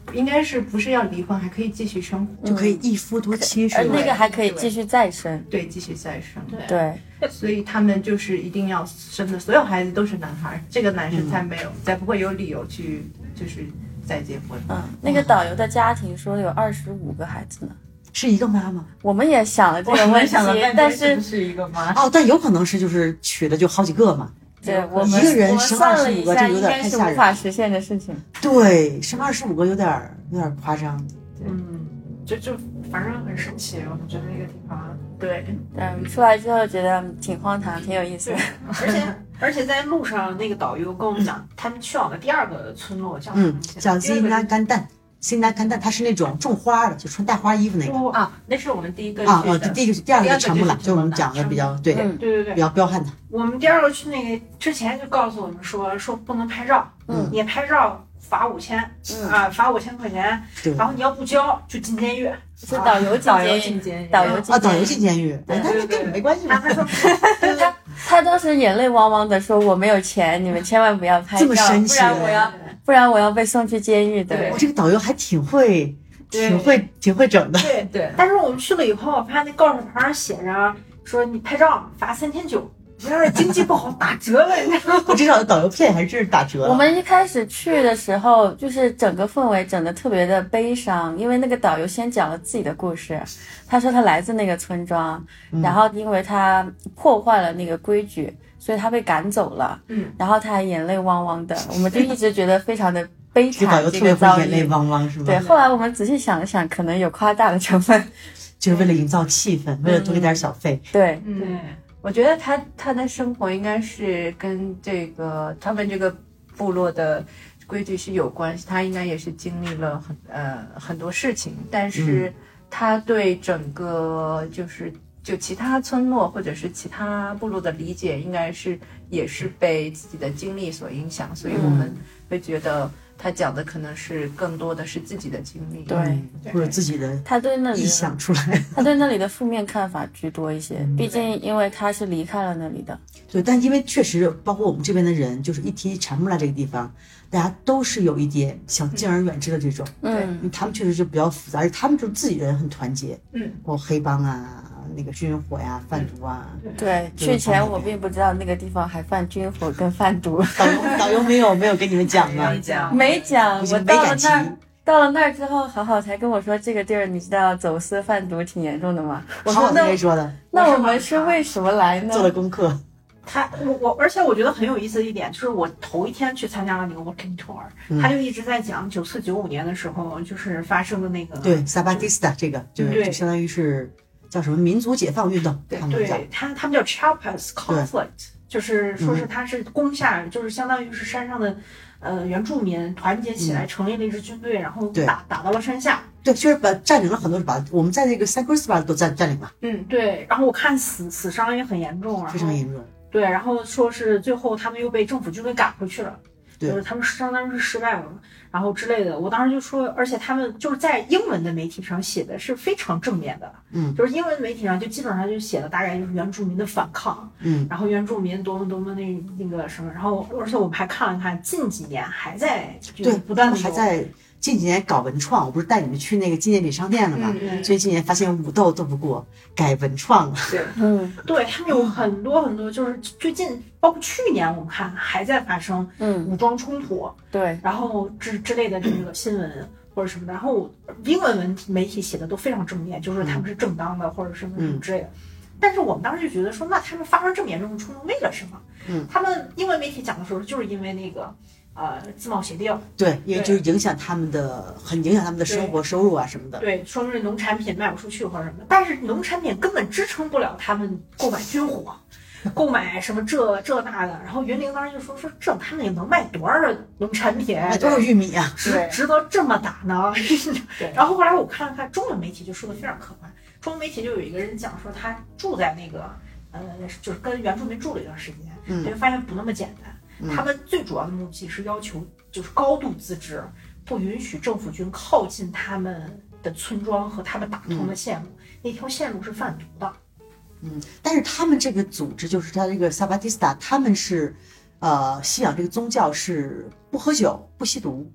Speaker 2: 应该是不是要离婚，还可以继续生活，
Speaker 1: 就可以一夫多妻是吧？
Speaker 3: 而那个还可以继续再生，
Speaker 2: 对，继续再生，
Speaker 3: 对，
Speaker 2: 所以他们就是一定要生的所有孩子都是男孩，这个男生才没有，才不会有理由去就是再结婚。
Speaker 3: 那个导游的家庭说有25个孩子呢。
Speaker 1: 是一个妈妈，
Speaker 3: 我们也想了这个问题，但
Speaker 2: 是一个妈
Speaker 1: 但有可能是就是娶的就好几个嘛。
Speaker 3: 对，我们
Speaker 1: 一个人生25个，这有点太吓人，
Speaker 3: 无法实现的事情。
Speaker 1: 对，生25个有点夸张。
Speaker 4: 就反正很神奇，我觉得那个地方。
Speaker 2: 对，
Speaker 3: 出来之后觉得挺荒唐，挺有意思的。
Speaker 4: 而且在路上，那个导游跟我们讲，他们去往的第2个村落叫什么？
Speaker 1: 叫辛拉甘旦。辛拉甘旦，它是那种种花的，就穿大花衣服那个
Speaker 2: 啊，那是我们第一个
Speaker 1: 第二个长木兰，就是我们讲的比较对，比较彪悍的。
Speaker 4: 我们第2个去那个之前就告诉我们说不能拍照，你拍照罚5000，罚5000块钱，然后你要不交就进监狱。
Speaker 3: 是导游进监狱，导
Speaker 1: 游进监狱，但是跟你没关系嘛。
Speaker 3: 他当时眼泪汪汪的说：“我没有钱，你们千万不要拍照，
Speaker 1: 这么神奇，
Speaker 3: 不然我要被送去监狱的。”
Speaker 1: 这个导游还挺会整的。
Speaker 4: 对。但是我们去了以后，我发现那告示牌上写着说你拍照罚3900。要是经济不好打折了，你知道吗？
Speaker 1: 我至少导游片还是打折了。
Speaker 3: 我们一开始去的时候，就是整个氛围整得特别的悲伤，因为那个导游先讲了自己的故事。他说他来自那个村庄，然后因为他破坏了那个规矩，所以他被赶走了。然后他还眼泪汪汪的，我们就一直觉得非常的悲惨。
Speaker 1: 导游特别会眼泪汪汪是吗？
Speaker 3: 对，后来我们仔细想了想，可能有夸大的成分，
Speaker 1: 就是为了营造气氛，为了多给点小费。
Speaker 3: 对，
Speaker 2: 我觉得他的生活应该是跟这个他们这个部落的规矩是有关系，他应该也是经历了很多事情，但是他对整个就其他村落或者是其他部落的理解，应该是也是被自己的经历所影响，所以我们会觉得他讲的可能是更多的是自己的经历，
Speaker 3: 对，
Speaker 1: 或者自己的臆想出来。
Speaker 3: 他对那里的负面看法居多一些，毕竟因为他是离开了那里的。
Speaker 1: 对，但因为确实包括我们这边的人，就是一提查木拉这个地方，大家都是有一点想敬而远之的这种。因为他们确实就比较复杂，而且他们就自己人很团结。包括黑帮啊。那个军火呀、贩毒啊，
Speaker 3: 对，去前我并不知道那个地方还贩军火跟贩毒。
Speaker 1: 导游没有跟你们讲吗？
Speaker 3: 没讲，我到了那儿之后，好好才跟我说这个地儿，你知道走私贩毒挺严重的吗？我说
Speaker 1: 那说的，
Speaker 3: 那我们是为什么来呢？
Speaker 1: 做了功课。
Speaker 4: 而且我觉得很有意思的一点，就是我头一天去参加了那个 walking tour，他就一直在讲94、95年的时候，就是发生的那个
Speaker 1: 对萨巴蒂斯塔这个，就相当于是。叫什么民族解放运动？
Speaker 4: 对，他们叫 Chiapas conflict， 就是说是他是攻下，就是相当于是山上的原住民团结起来成立了一支军队，然后打到了山下。对，
Speaker 1: 就是占领了很多，把我们在那个 San Cristobal 都占领了。
Speaker 4: 对。然后我看死伤也很严重，
Speaker 1: 非常严重。
Speaker 4: 对，然后说是最后他们又被政府军给赶回去了。就是他们相当于是失败了，然后之类的。我当时就说，而且他们就是在英文的媒体上写的是非常正面的，就是英文媒体上就基本上就写的大概就是原住民的反抗，然后原住民多么多么那个什么，然后而且我们还看了看近几年还在不断的
Speaker 1: 还在。近几年搞文创，我不是带你们去那个纪念品商店了吗？所以今年发现武斗斗不过，改文创了。
Speaker 4: 对，他们有很多很多，就是最近包括去年我们看还在发生武装冲突，
Speaker 3: 对，
Speaker 4: 然后之类的这个新闻或者什么的，然后英文媒体写的都非常正面，就是他们是正当的或者什么什么之类的。但是我们当时就觉得说，那他们发生这么严重的冲突为了什么？他们英文媒体讲的时候，就是因为那个。自贸协定，
Speaker 1: 对，因为就是影响他们的生活收入啊什么的。
Speaker 4: 对，说是农产品卖不出去或者什么的，但是农产品根本支撑不了他们购买军火，购买什么这那的。然后云林当时就说这他们也能卖多少农产品，
Speaker 1: 卖多少玉米啊，
Speaker 4: 值得这么打呢？然后后来我看了看中文媒体，就说的非常客观。中文媒体就有一个人讲说，他住在那个就是跟原住民住了一段时间，他就发现不那么简单。他们最主要的目的是要求就是高度自治，不允许政府军靠近他们的村庄和他们打通的线路，那条线路是贩毒的。
Speaker 1: 但是他们这个组织就是他这个萨巴蒂斯塔，他们是信仰这个宗教是不喝酒不吸毒，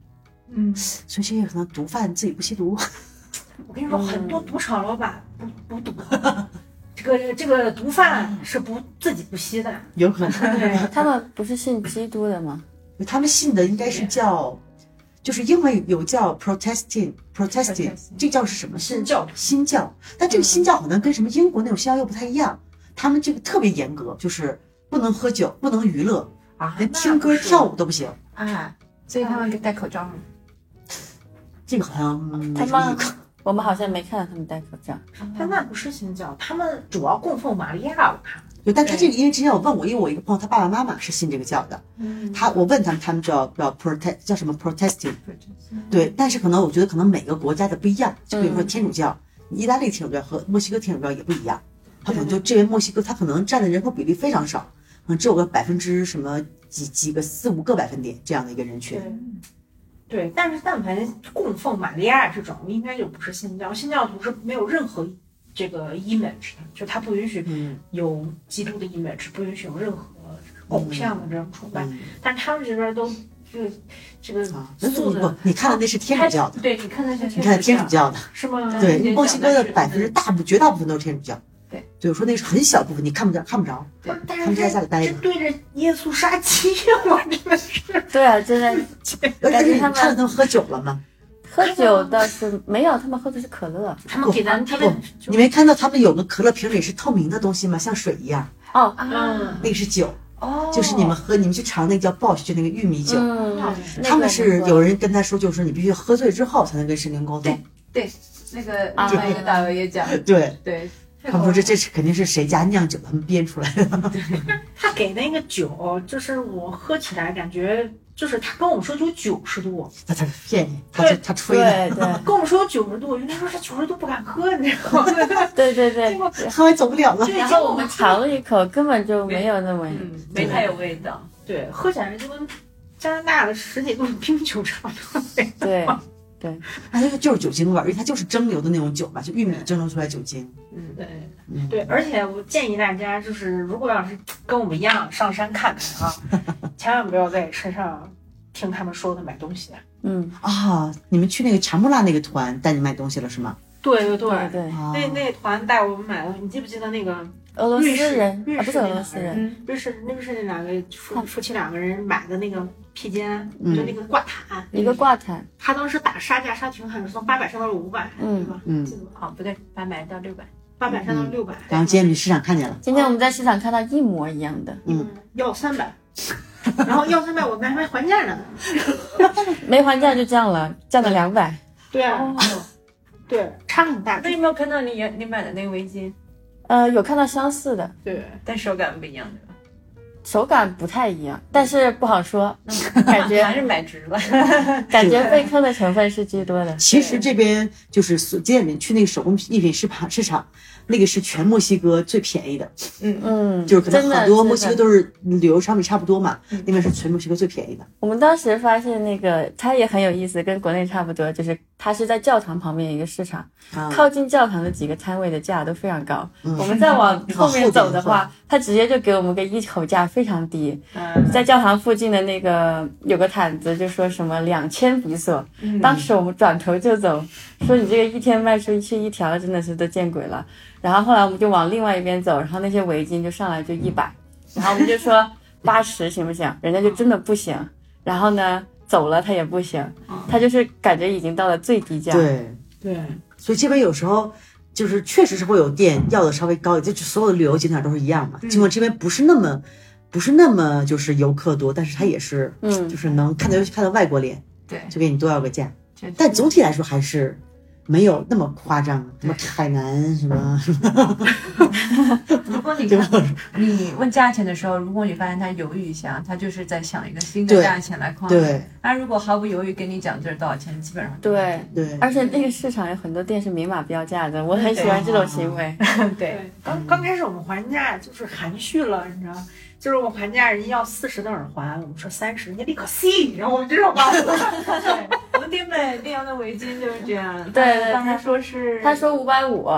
Speaker 1: 所以这些可能毒贩自己不吸毒。
Speaker 4: 我跟你说，很多赌场老板不赌。这个毒贩是自己不吸的，
Speaker 1: 有可能。
Speaker 4: 对，
Speaker 3: 他们不是信基督的吗？
Speaker 1: 他们信的应该是叫，就是英文有叫 Protestant， 这叫是什么？
Speaker 4: 新
Speaker 1: 教。但这个新教好像跟什么英国那种新教又不太一样，他们这个特别严格，就是不能喝酒，不能娱乐啊，连听歌跳舞都不行。
Speaker 2: 所以他们戴口罩吗？
Speaker 1: 这个好像
Speaker 3: 我们好像没看到他们戴口罩。
Speaker 4: 但那不是新教，他们主要供奉玛利亚，我看。
Speaker 1: 对，但他这个因为之前我问过，因为我一个朋友他爸爸妈妈是信这个教的，我问他们叫 叫什么 Protestant， 对，但是可能我觉得可能每个国家的不一样，就比如说天主教，意大利天主教和墨西哥天主教也不一样，他可能就这边墨西哥他可能占的人口比例非常少，可能只有个%什么几个4-5个百分点这样的一个人群。
Speaker 4: 对，但是但凡供奉玛利亚这种，应该就不是新教。新教徒是没有任何这个 image 的，就他不允许有基督的 image，不允许有任何偶像的这种崇拜。但是他们这边都这个素的，
Speaker 1: 你看的那是天主教的，
Speaker 4: 对，你看的是
Speaker 1: 天主教的，
Speaker 4: 是吗？
Speaker 1: 对，墨西哥的绝大部分都是天主教。
Speaker 2: 对，
Speaker 1: 我说那是很小部分，你看不着。
Speaker 4: 但是
Speaker 1: 他们就在家里待着，
Speaker 4: 对着耶稣杀鸡，我真的是。
Speaker 3: 对啊，真的。
Speaker 1: 而且你看他们喝酒了吗？
Speaker 3: 喝酒倒是没有，他们喝的是可乐。
Speaker 4: 他们给咱
Speaker 1: 你没看到他们有个可乐瓶里是透明的东西吗？像水一样。那个是酒。就是你们去尝那个叫 Bosch， 就那个玉米酒。他们是有人跟他说，就是说你必须喝醉之后才能跟神灵沟通。
Speaker 2: 对，那个另外一个大哥也讲。对。
Speaker 1: 他们说这是肯定是谁家酿酒他们编出来的。
Speaker 4: 他给那个酒，就是我喝起来感觉，就是他跟我们说就90度，
Speaker 1: 他骗你，他吹的。
Speaker 3: 对，
Speaker 4: 跟我们说90度，原来说这90度不敢喝，你知道吗？
Speaker 3: 对，
Speaker 1: 喝完走不了了。
Speaker 3: 然后我们尝了一口，根本就没有那么
Speaker 2: 没太有味道。
Speaker 4: 对，喝起来就跟加拿大的10几度冰酒差不多。
Speaker 3: 对，
Speaker 1: 它就是酒精味儿，因为它就是蒸馏的那种酒吧，就玉米蒸馏出来酒精。
Speaker 4: 对，而且我建议大家，就是如果要是跟我们一样上山看看啊，千万不要在山上听他们说的买东西。
Speaker 1: 你们去那个查穆拉那个团带你买东西了是吗？
Speaker 4: 对，那团带我们买的，你记不记得那个
Speaker 3: 俄罗斯人？不是俄罗斯
Speaker 4: 人，瑞士那两个夫妻2个人买的那个披肩，就那个挂毯，
Speaker 3: 一个挂毯，
Speaker 4: 他当时打杀价杀挺狠，从800上到了500，对吧？
Speaker 2: 不对，800到
Speaker 4: 600，800上到600。
Speaker 1: 然后今天你市场看见了？
Speaker 3: 今天我们在市场看到一模一样的，
Speaker 4: 要300，然后要300，我们还还价呢，
Speaker 3: 没还价就降了200。
Speaker 4: 对啊，对，差很大。
Speaker 2: 那有没有看到你买的那个围巾？
Speaker 3: 有看到相似的，
Speaker 2: 对，但手感不一样的。
Speaker 3: 手感不太一样，但是不好说，感觉
Speaker 2: 还是买值了。
Speaker 3: 感觉被坑的成分是居多的。
Speaker 1: 其实这边就是今天你去那个手工艺品市场，那个是全墨西哥最便宜的。就是可能很多墨西哥都是旅游商品差不多嘛，那边是全墨西哥最便宜的。
Speaker 3: 我们当时发现那个它也很有意思，跟国内差不多，就是它是在教堂旁边一个市场，靠近教堂的几个摊位的价都非常高。我们再往后面走的话，它直接就给我们个一口价非常低。在教堂附近的那个有个毯子就说什么2000比索，当时我们转头就走，说你这个一天卖出去1条真的是都见鬼了。然后后来我们就往另外一边走，然后那些围巾就上来就100，然后我们就说80行不行？人家就真的不行。然后呢走了他也不行，他就是感觉已经到了最低价。
Speaker 1: 对，所以这边有时候就是确实是会有店要的稍微高一点，就所有的旅游景点都是一样嘛。尽管这边不是那么就是游客多，但是它也是就是能看到外国脸，
Speaker 2: 对，
Speaker 1: 就给你多要个价。但总体来说还是没有那么夸张，什么海南什么。
Speaker 2: 如果你问价钱的时候，如果你发现他犹豫一下，他就是在想一个新的价钱来框。
Speaker 1: 对，
Speaker 2: 他如果毫不犹豫跟你讲这是多少钱，基本上
Speaker 3: 对。而且那个市场有很多店是明码标价的，我很喜欢这种行为。
Speaker 4: 对，刚开始我们还价就是含蓄了，你知道。就是我还价，人家要40的耳环，我们说30，人家立刻 C， 然后我们这种吧。
Speaker 2: 我们店买那样的围巾就是这样。
Speaker 3: 对，
Speaker 2: 当时说是
Speaker 3: 他说550，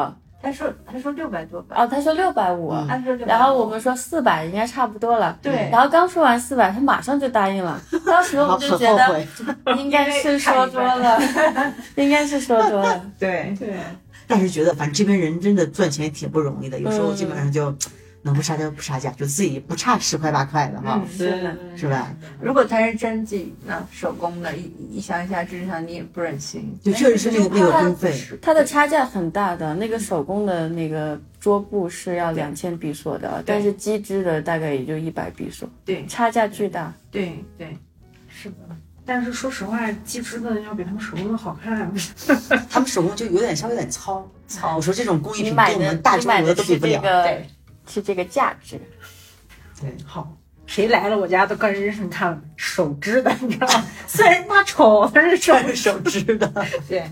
Speaker 2: 他说600多吧。
Speaker 3: 哦，他说650，
Speaker 2: 他说650，
Speaker 3: 然后我们说400应该差不多了。
Speaker 2: 对，
Speaker 3: 然后刚说完400，他马上就答应了。当时我们就觉得应该是说多了，应该是说多了。
Speaker 2: 对。
Speaker 1: 但是觉得反正这边人真的赚钱也挺不容易的，有时候基本上就能不杀价不杀价，就自己不差10块8块的哈，是吧？
Speaker 2: 如果他是真自己手工的，一箱一下支上你也不忍心。
Speaker 1: 就确实是那个工费，
Speaker 3: 它的差价很大的，那个手工的那个桌布是要2000比索的，但是机织的大概也就100比索，
Speaker 2: 对，
Speaker 3: 差价巨大。
Speaker 2: 对，
Speaker 4: 是的。但是说实话，机织的要比他们手工的好看。
Speaker 1: 他们手工就稍微有点糙。我说这种工艺品
Speaker 3: 跟
Speaker 1: 我们大中国的都比不了。
Speaker 3: 对，是这个价值。
Speaker 1: 对，
Speaker 4: 好，谁来了我家都跟人看手织的，你知道吗？虽然它丑，但是手
Speaker 1: 织的。
Speaker 2: 对。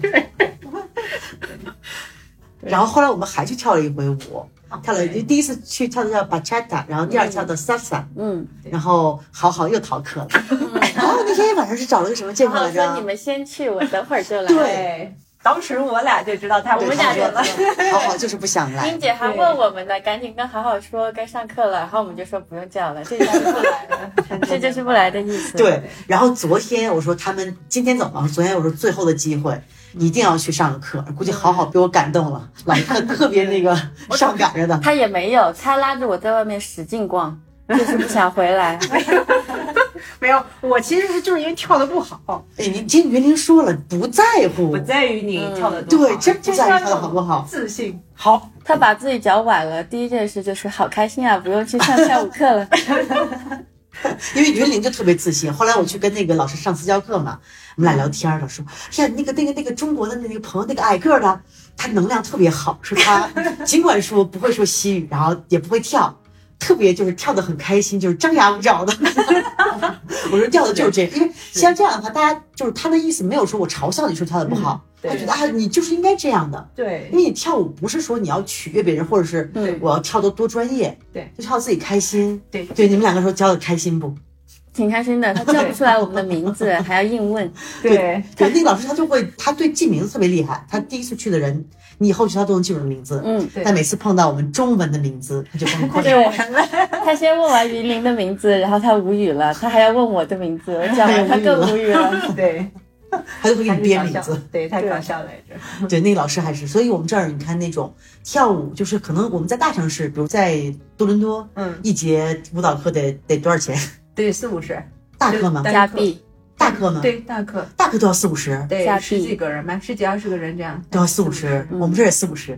Speaker 1: 然后后来我们还去跳了一回舞。跳了，第一次去跳的叫 bachata， 然后第二跳的 salsa， 然后好又逃课了。然后那天晚上是找了个什么借口来着？
Speaker 3: 说你们先去，我等会儿就来。
Speaker 1: 对，
Speaker 2: 当时我俩就知道我们俩就了。
Speaker 1: 好就是不想来。
Speaker 3: 英姐还问我们呢，赶紧跟好说该上课了，然后我们就说不用叫了，这就是不来了，这就是不来的意思。
Speaker 1: 对，然后昨天我说他们今天走嘛，昨天我说最后的机会。一定要去上个课，估计好被我感动了，老特特别那个上赶着的。
Speaker 3: 他也没有，他拉着我在外面使劲逛，就是不想回来。
Speaker 4: 没有，我其实就是因为跳的不好。
Speaker 1: 哎，你听袁玲说了，不在乎，
Speaker 2: 不在于你跳的多好，
Speaker 1: 对，真不在于跳的好不好，
Speaker 2: 自信。
Speaker 4: 好，
Speaker 3: 他把自己脚崴了，第一件事就是好开心啊，不用去上下午课了。
Speaker 1: 因为云玲就特别自信，后来我去跟那个老师上私教课嘛，我们俩聊天了，说是那个中国的那个朋友，那个矮个的，他能量特别好，说他尽管说不会说西语，然后也不会跳，特别就是跳得很开心，就是张牙舞爪的。我说跳的就是这样，因为像这样的话，大家就是他的意思没有说我嘲笑你说跳的不好，他觉得啊你就是应该这样的，
Speaker 2: 对，
Speaker 1: 因为你跳舞不是说你要取悦别人，或者是我要跳得多专业，
Speaker 2: 对，
Speaker 1: 就跳自己开心，
Speaker 2: 对，
Speaker 1: 你们两个说教的开心不？
Speaker 3: 挺开心的，他叫不出来我们的名字，还要硬问。
Speaker 1: 对，那个老师他对记名字特别厉害，他第一次去的人，你以后去他都能记住名字。但每次碰到我们中文的名字，他就崩溃
Speaker 3: 了。他先问完云林的名字，然后他无语了，他还要问我的名字，我讲完他更无语了。
Speaker 2: 对，
Speaker 1: 他就会给你编名字，
Speaker 2: 对，太搞笑来着。
Speaker 1: 对，那个老师还是，所以我们这儿你看那种跳舞，就是可能我们在大城市，比如在多伦多，一节舞蹈课得多少钱？
Speaker 2: 对，40-50，
Speaker 1: 大课吗？
Speaker 3: 加币，
Speaker 1: 大课吗？
Speaker 2: 对，大课
Speaker 1: 都要40-50，
Speaker 2: 对，10几个人吧，10几20个人这样，
Speaker 1: 都要40-50，我们这也40-50，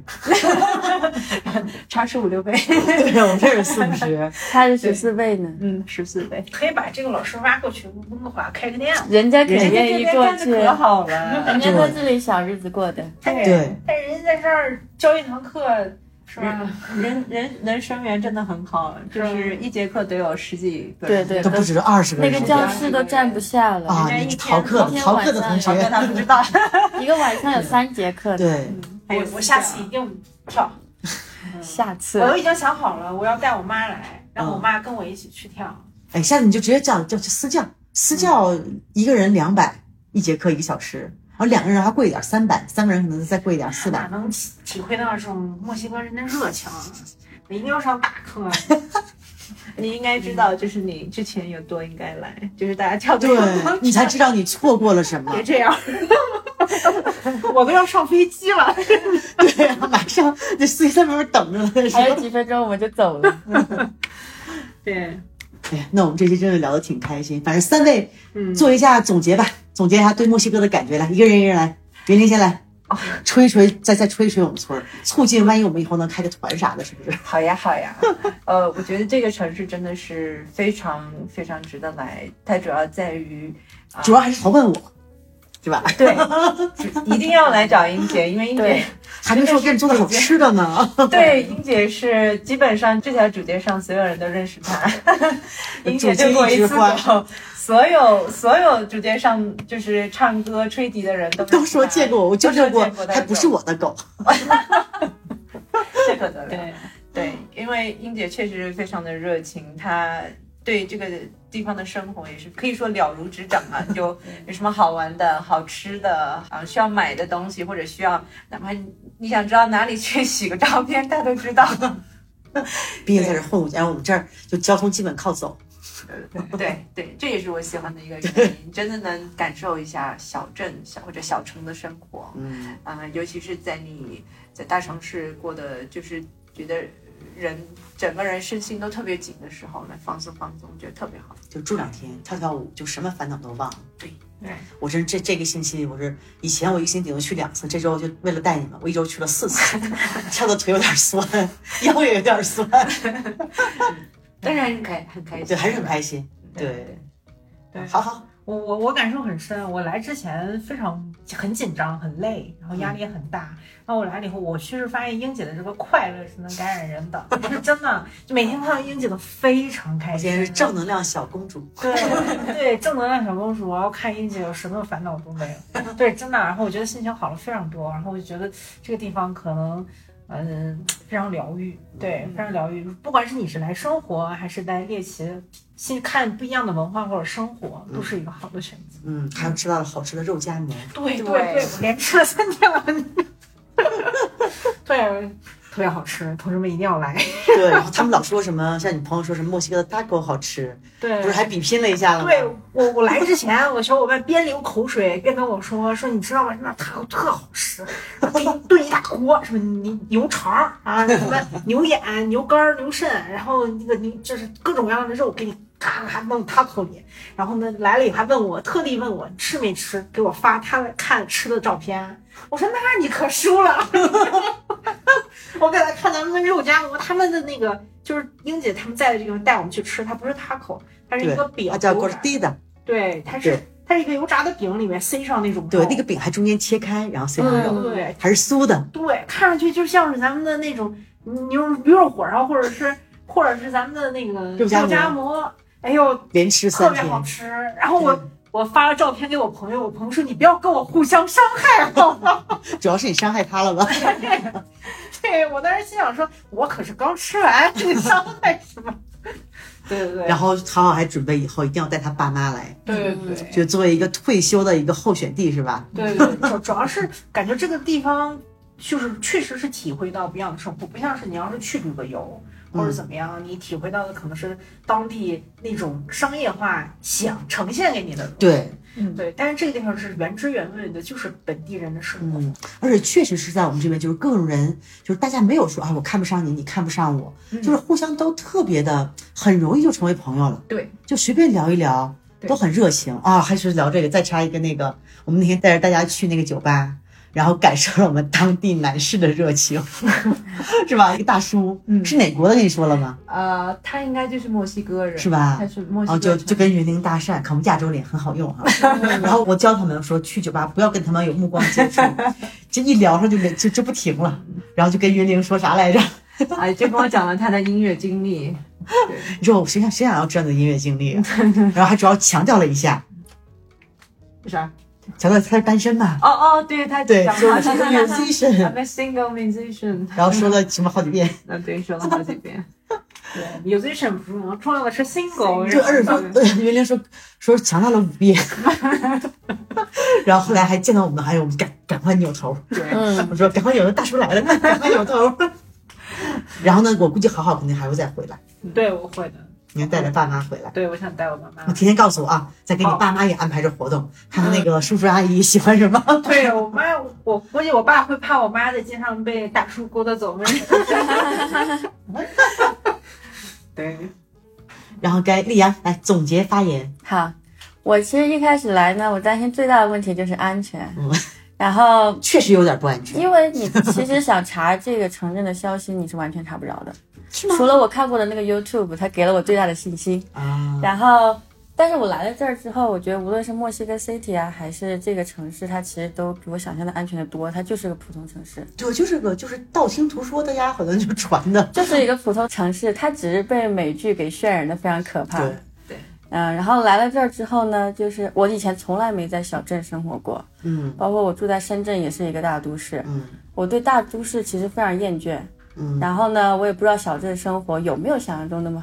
Speaker 2: 差15-16倍。
Speaker 1: 对，我们这也40-50，
Speaker 3: 他是14倍呢
Speaker 2: ，14倍，
Speaker 4: 可以把这个老师挖过去，温哥华开个店，
Speaker 3: 人家肯愿意过去，
Speaker 2: 可好了，
Speaker 3: 人家在这里小日子过的，
Speaker 1: 对，
Speaker 4: 但人家在这儿教一堂课。是吧？
Speaker 2: 人生源真的很好，就是一节课都有10几个
Speaker 3: 人，对，
Speaker 1: 都不止20个人，
Speaker 3: 那个教室都站不下了
Speaker 1: 啊！你逃课的同学，
Speaker 2: 他不知道，
Speaker 3: 一个晚上有3节课，
Speaker 1: 对，
Speaker 4: 我下次一定跳，
Speaker 3: 下次
Speaker 4: 我都已经想好了，我要带我妈来，让我妈跟我一起去跳。
Speaker 1: 哎，下次你就直接叫私教，一个人200，一节课1个小时。然后2个人还贵一点，300，3个人可能再贵一点，400。
Speaker 4: 哪能体会到这种墨西哥人的热情？我一定要上大课。
Speaker 2: 你应该知道，就是你之前有多应该来，就是大家跳对，
Speaker 1: 你才知道你错过了什么。
Speaker 4: 别这样，我都要上飞机了。
Speaker 1: 对啊，马上这司机在外面等着呢，
Speaker 3: 还有几分钟我们就走了。
Speaker 4: 对。
Speaker 1: 哎呀，那我们这期真的聊得挺开心。反正3位做一下总结吧，总结一下对墨西哥的感觉来，一个人来，云林先来，吹一吹，再吹一吹我们村，促进万一我们以后能开个团啥的，是不是？
Speaker 2: 好呀。我觉得这个城市真的是非常非常值得来，它主要在于，
Speaker 1: 主要还是投奔我。是吧？
Speaker 2: 对，一定要来找英姐，因为英姐
Speaker 1: 还没说给你做的好吃的呢。
Speaker 2: 对，英姐是基本上这条主街上所有人都认识她。英姐就过一次狗，所有主街上就是唱歌吹笛的人都
Speaker 1: 说见过我，就见过，还不是我的狗。
Speaker 2: 这可得了。对，因为英姐确实非常的热情，她对这个地方的生活也是可以说了如指掌啊，就有什么好玩的、好吃的啊，需要买的东西，或者需要哪怕你想知道哪里去洗个照片，他都知道。
Speaker 1: 毕竟在这混5年，我们这儿就交通基本靠走。
Speaker 2: 对，这也是我喜欢的一个原因，真的能感受一下小镇或者小城的生活。尤其是在你在大城市过的，就是觉得整个人身心都特别紧的时候，来放松放松，觉得特别好。
Speaker 1: 就住2天，跳舞，就什么烦恼都忘了。
Speaker 2: 对，
Speaker 1: 我是这个星期，以前我1个星期顶多去2次，这周就为了带你们，我1周去了4次，跳的腿有点酸，腰也有点酸。
Speaker 2: 但是还是很开心，
Speaker 1: 对，还是很开心。对，好。
Speaker 4: 我感受很深，我来之前很紧张很累，然后压力也很大。然后我来了以后，我确实发现英姐的这个快乐是能感染人的，是真的，就每天看到英姐都非常开心。
Speaker 1: 今天是正能量小公主。
Speaker 4: 对，正能量小公主。我要看英姐有什么烦恼都没有。对，真的。然后我觉得心情好了非常多，然后我就觉得这个地方可能非常疗愈，对，非常疗愈。不管是你是来生活还是来猎奇，看不一样的文化或者生活，都是一个好的选择。
Speaker 1: 还有吃到了好吃的肉夹馍。
Speaker 4: 对，我连吃了3天了。对，特别好吃，同志们一定要来。
Speaker 1: 对，然后他们老说什么，像你朋友说什么墨西哥的 taco 好吃，
Speaker 4: 对，
Speaker 1: 不是还比拼了一下了吗？
Speaker 4: 对，我来之前，我小伙伴边流口水边跟我说你知道吗？那 taco 特好吃，给你炖一大锅，什么牛肠啊，什么牛眼、牛肝、牛肾，然后那个就是各种各样的肉给你咔咔弄 taco 里。然后呢，来了以后还特地问我吃没吃，给我发他看吃的照片。我说那你可输了。我给他看咱们的肉夹馍，他们的那个就是英姐他们在的这个带我们去吃，它不是 taco， 它是一个饼，
Speaker 1: 它叫 gordita。
Speaker 4: 对，它是一个油炸的饼，里面塞上那种肉。
Speaker 1: 对，那个饼还中间切开，然后塞上肉，
Speaker 4: 对，
Speaker 1: 还是酥的。
Speaker 4: 对，看上去就像是咱们的那种牛肉火烧，或者是咱们的那个肉夹馍。哎呦，
Speaker 1: 连吃3天，
Speaker 4: 特别好吃。然后我发了照片给我朋友，我朋友说你不要跟我互相伤害好吗？
Speaker 1: 主要是你伤害他了吧？
Speaker 4: 对，我当时心想说，我可是刚吃完，你伤害什么？对。
Speaker 1: 然后好好还准备以后一定要带他爸妈来。
Speaker 4: 对，
Speaker 1: 就作为一个退休的一个候选地是吧？
Speaker 4: 对，主要是感觉这个地方就是确实是体会到不一样的生活，不像是你要是去旅个游。或者怎么样，你体会到的可能是当地那种商业化想呈现给你的。
Speaker 1: 对，
Speaker 4: 对。但是这个地方是原汁原味的，就是本地人的生活。
Speaker 1: 而且确实是在我们这边，就是各种人，就是大家没有说我看不上你，你看不上我，就是互相都特别的，很容易就成为朋友了。
Speaker 4: 对，
Speaker 1: 就随便聊一聊，都很热情啊。还是聊这个，再插一个我们那天带着大家去那个酒吧。然后感受了我们当地男士的热情，是吧？一个大叔，是哪国的？跟你说了吗？
Speaker 2: 他应该就是墨西哥人，
Speaker 1: 是吧？
Speaker 2: 他是墨西哥人，
Speaker 1: 就跟云林搭讪，看我们亚洲脸很好用哈。然后我教他们说，去酒吧不要跟他们有目光接触，这一聊上就不停了。然后就跟云林说啥来着？
Speaker 2: 就跟我讲了他的音乐经历。
Speaker 1: 你说我谁想要这样的音乐经历？然后还主要强调了一下，
Speaker 2: 啥？
Speaker 1: 强调他是单身嘛？
Speaker 2: 对，他
Speaker 1: 对，说我是一个 musician，I'm
Speaker 2: a single musician，
Speaker 1: 然后说了什么好几遍？
Speaker 2: 对，说了好几遍。
Speaker 4: 对 ，musician 不重要，重要的是 single。
Speaker 1: 就而且说，云玲说强调了5遍，然后后来还见到我们，我们赶快扭头。我说赶快扭头，大叔来了，赶快扭头。然后呢，我估计好肯定还会再回来。
Speaker 4: 对，我会的。
Speaker 1: 你要带着爸妈回来。
Speaker 4: 对，我想带我爸妈。
Speaker 1: 我提前告诉我再给你爸妈也安排着活动，看看那个叔叔阿姨喜欢什么。
Speaker 4: 对我妈，我估计我爸会怕我妈在街上被大叔勾搭走。对。
Speaker 1: 然后该丽阳来总结发言。
Speaker 3: 好，我其实一开始来呢，我担心最大的问题就是安全。然后
Speaker 1: 确实有点不安全，
Speaker 3: 因为你其实想查这个城镇的消息，你是完全查不着的。除了我看过的那个 YouTube， 它给了我最大的信心。然后，但是我来了这儿之后，我觉得无论是墨西哥 City 啊，还是这个城市，它其实都比我想象的安全的多。它就是个普通城市，
Speaker 1: 对，就是道听途说的呀，好像就传的，
Speaker 3: 就是一个普通城市。它只是被美剧给渲染的非常可怕。
Speaker 1: 对。
Speaker 3: 然后来了这儿之后呢，就是我以前从来没在小镇生活过，包括我住在深圳也是一个大都市，我对大都市其实非常厌倦，然后呢，我也不知道小镇生活有没有想象中那么好，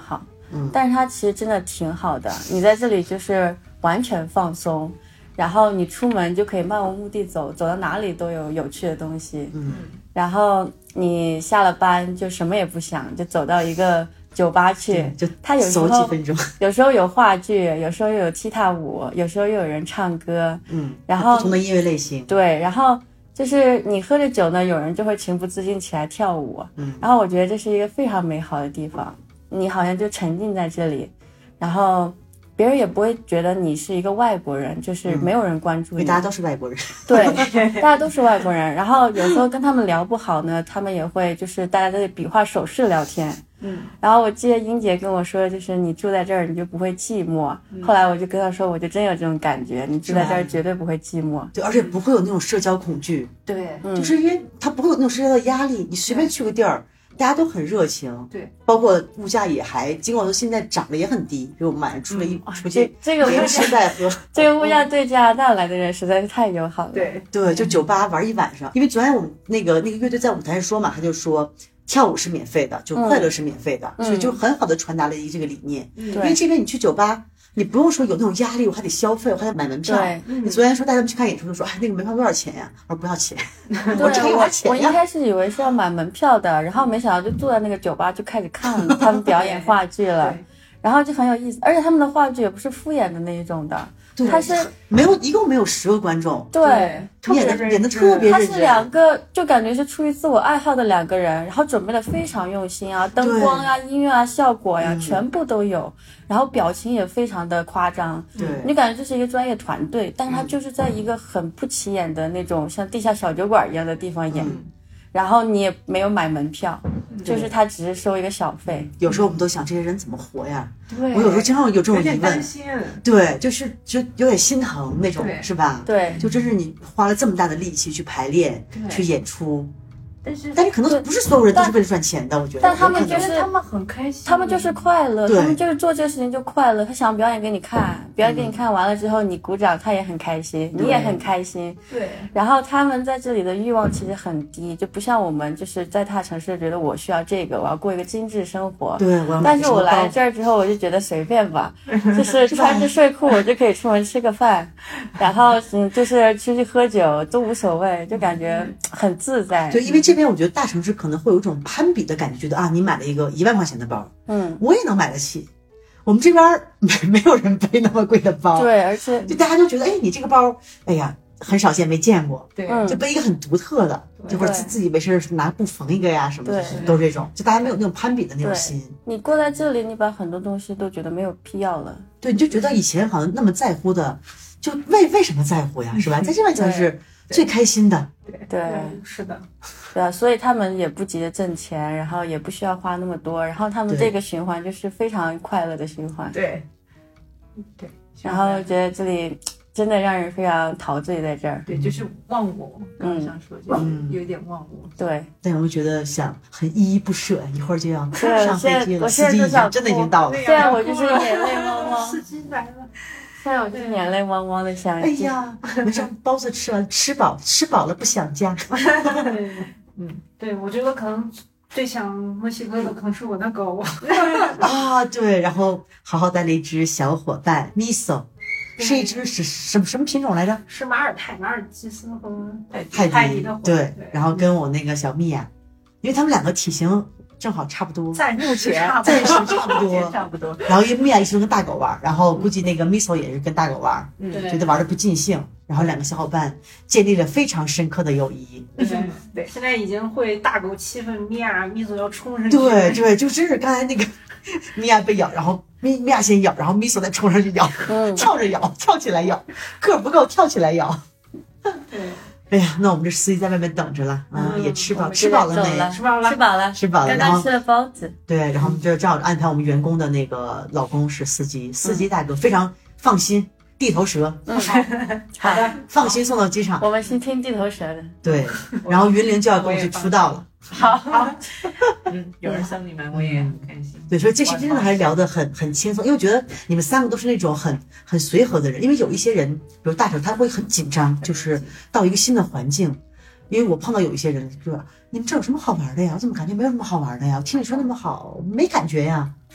Speaker 3: 但是它其实真的挺好的。你在这里就是完全放松，然后你出门就可以漫无目的走到哪里都有趣的东西。然后你下了班就什么也不想，就走到一个酒吧去，
Speaker 1: 就
Speaker 3: 它有时候
Speaker 1: 走几分钟，
Speaker 3: 有时候有话剧，有时候又有踢踏舞，有时候又有人唱歌，然后
Speaker 1: 不同的音乐类型，
Speaker 3: 对，然后就是你喝着酒呢，有人就会情不自禁起来跳舞，然后我觉得这是一个非常美好的地方，你好像就沉浸在这里，然后别人也不会觉得你是一个外国人，就是没有人关注你，
Speaker 1: 因为大家都是外国人，
Speaker 3: 对，大家都是外国人，然后有时候跟他们聊不好呢，他们也会就是大家在比划手势聊天。然后我记得英姐跟我说，就是你住在这儿你就不会寂寞。后来我就跟她说，我就真有这种感觉，你住在这儿绝对不会寂寞。
Speaker 1: 对，而且不会有那种社交恐惧。
Speaker 2: 对，
Speaker 1: 就是因为它不会有那种社交的压力，你随便去个地儿，大家都很热情。
Speaker 2: 对，
Speaker 1: 包括物价也还，尽管说现在涨得也很低，比如我们晚上出去
Speaker 3: 这个
Speaker 1: 连吃带喝，
Speaker 3: 这个物价对加拿大来的人实在是太友好了。
Speaker 1: 对，就酒吧玩一晚上。因为昨天我们那个乐队在舞台上说嘛，他就说跳舞是免费的，就快乐是免费的，所以就很好的传达了这个理念。因为这边你去酒吧，你不用说有那种压力，我还得消费，我还得买门票。你昨天说带他们去看演出的时候，那个门票多少钱呀？我说不要钱，我只可以花钱呀。
Speaker 3: 我一开始以为是要买门票的，然后没想到就坐在那个酒吧就开始看他们表演话剧了，然后就很有意思，而且他们的话剧也不是敷衍的那一种的。他是
Speaker 1: 一共没有10个观众，
Speaker 3: 对，
Speaker 1: 演的特别认真。
Speaker 3: 他是2个，就感觉是出于自我爱好的2个人，然后准备的非常用心啊，灯光啊、音乐啊、效果呀，全部都有，然后表情也非常的夸张。
Speaker 1: 对，
Speaker 3: 你感觉这是一个专业团队，但是他就是在一个很不起眼的那种像地下小酒馆一样的地方演。然后你也没有买门票，就是他只是收一个小费。
Speaker 1: 有时候我们都想这些人怎么活呀？
Speaker 3: 对，
Speaker 1: 我有时候经常有这种疑问，
Speaker 4: 担心。
Speaker 1: 对，就有点心疼那种，是吧？
Speaker 3: 对，
Speaker 1: 就真是你花了这么大的力气去排练、去演出。
Speaker 2: 但
Speaker 1: 是可能不是所有人都是为了赚钱的，我觉得。
Speaker 3: 但他们就是
Speaker 2: 他们很开心，
Speaker 3: 他们就是快乐，他们就是做这个事情就快乐。他想表演给你看，表演给你看完了之后，你鼓掌，他也很开心，你也很开心。
Speaker 2: 对。
Speaker 3: 然后他们在这里的欲望其实很低，就不像我们就是在大城市觉得我需要这个，我要过一个精致生活。
Speaker 1: 对，
Speaker 3: 但是我来这儿之后，我就觉得随便吧，就是穿着睡裤我就可以出门吃个饭，然后就是出去喝酒都无所谓，就感觉很自在。
Speaker 1: 对，因为这边我觉得大城市可能会有一种攀比的感觉，觉得啊，你买了一个1万块钱的包，我也能买得起。我们这边没有人背那么贵的包，
Speaker 3: 对，而且
Speaker 1: 就大家就觉得，哎，你这个包，哎呀，很少见，没见过，
Speaker 2: 对，
Speaker 1: 就背一个很独特的，就或者自以为是拿布缝一个呀什么的，都是这种，就大家没有那种攀比的那种心。
Speaker 3: 你过在这里，你把很多东西都觉得没有必要了，
Speaker 1: 对，你就觉得以前好像那么在乎的，就为什么在乎呀，是吧？在这边才是最开心的。
Speaker 3: 对，
Speaker 4: 是的，
Speaker 3: 对啊，所以他们也不急着挣钱，然后也不需要花那么多，然后他们这个循环就是非常快乐的循环。
Speaker 4: 对，
Speaker 3: 然后我觉得这里真的让人非常陶醉在这儿。
Speaker 2: 对，就是忘我，刚刚想说就是有点忘我。
Speaker 3: 对，
Speaker 1: 但我会觉得想很依依不舍，一会儿就要上飞机了，
Speaker 3: 我
Speaker 1: 司机真的已经到了。
Speaker 3: 现在我就是眼泪汪汪，
Speaker 2: 司机来了。
Speaker 3: 现在我就是眼泪汪汪的想，
Speaker 1: 哎呀，没事，包子吃完，吃饱了不想家。
Speaker 4: 对，我觉得可能最想墨西哥的可能是我的狗
Speaker 1: 啊，对，然后好好带了一只小伙伴 Miso， 是一只是什么品种来着？
Speaker 4: 是马尔济斯和
Speaker 1: 泰
Speaker 4: 迪的。
Speaker 1: 对，然后跟我那个小蜜呀，因为他们2个体型正好差不多，
Speaker 4: 暂时差
Speaker 1: 不多。然后因为蜜娅一直跟大狗玩，然后估计那个 Miso 也是跟大狗玩，觉得玩的不尽兴，然后2个小伙伴建立了非常深刻的友谊。
Speaker 4: 对，现在已经会大狗气愤，蜜索要冲上去。
Speaker 1: 对，就是刚才那个蜜娅被咬，然后蜜娅先咬，然后Miso再冲上去咬，跳着咬，跳起来咬，个不够跳起来咬。
Speaker 4: 对。
Speaker 1: 哎呀，那我们这司机在外面等着了，也吃饱了没？
Speaker 3: 吃饱了，
Speaker 1: 刚
Speaker 3: 刚吃了包子。
Speaker 1: 对，然后我们就这样安排我们员工的那个老公是司机大哥，非常放心，地头蛇。
Speaker 3: 好的，
Speaker 1: 放心送到机场。
Speaker 3: 我们是听地头蛇的。
Speaker 1: 对，然后云玲就要跟我去出道了。
Speaker 2: 好，有人送你们，我也很开心。
Speaker 1: 对，所以这期真的还是聊得很轻松，因为我觉得你们3个都是那种很随和的人。因为有一些人，比如大手他会很紧张，就是到一个新的环境。因为我碰到有一些人，就说你们这有什么好玩的呀？我怎么感觉没有什么好玩的呀？我听你说那么好，没感觉呀。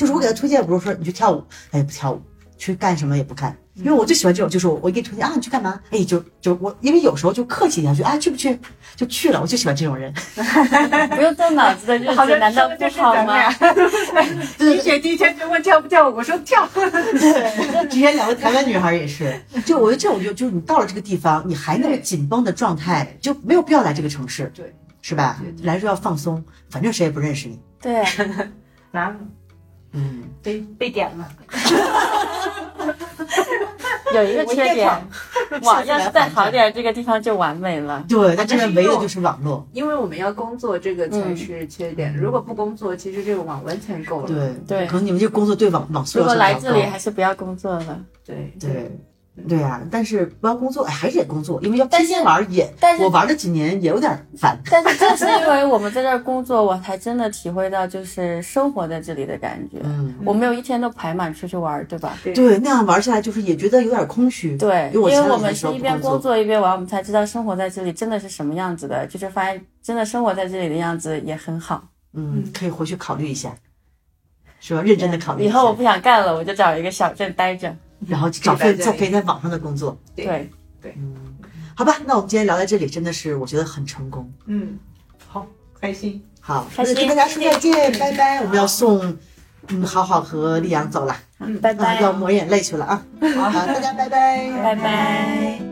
Speaker 1: 就是我给他推荐，不是说你去跳舞，哎，不跳舞，去干什么也不干。因为我最喜欢这种，就是我一给你推荐啊，你去干嘛？哎，就我，因为有时候就客气一下，就啊去不去就去了，我就喜欢这种人。
Speaker 3: 不用动脑子的日子难道不好吗？
Speaker 4: 一姐第一天就问跳不跳，我说跳。
Speaker 1: 对，之前两个台湾女孩也是，就我觉得这种就是你到了这个地方，你还那么紧绷的状态，就没有必要来这个城市，
Speaker 2: 对，
Speaker 1: 是吧？来说要放松，反正谁也不认识你。
Speaker 3: 对，
Speaker 4: 难，被点了。
Speaker 3: 有一个缺点，网要是再好点，这个地方就完美了。
Speaker 1: 对，它这边唯的就是网络，
Speaker 2: 因为我们要工作，这个才是缺点。如果不工作，其实这个网完全够了。
Speaker 1: 对，可能你们这个工作对网速要求比较高。
Speaker 3: 如果来这里还是不要工作了。
Speaker 1: 对啊，但是不要工作，还是得工作，因为要天天玩我玩了几年也有点烦。
Speaker 3: 但是正是因为我们在这儿工作，我才真的体会到就是生活在这里的感觉。我没有一天都排满出去玩，对吧？
Speaker 1: 对，那样玩下来就是也觉得有点空虚。
Speaker 3: 对，因为我们是一边工作一边玩，我们才知道生活在这里真的是什么样子的，就是发现真的生活在这里的样子也很好。
Speaker 1: 可以回去考虑一下，是吧？认真的考虑一下。
Speaker 3: 以后我不想干了，我就找一个小镇待着。
Speaker 1: 然后找份可以在网上的工作。
Speaker 2: 对，
Speaker 1: 好吧，那我们今天聊到这里，真的是我觉得很成功。
Speaker 4: 好，开心。
Speaker 1: 好，那就跟大家说再见，拜拜。我们要送好好和丽阳走了，
Speaker 3: 拜拜，
Speaker 1: 要抹眼泪去了啊。好，大家拜拜，
Speaker 3: 拜拜。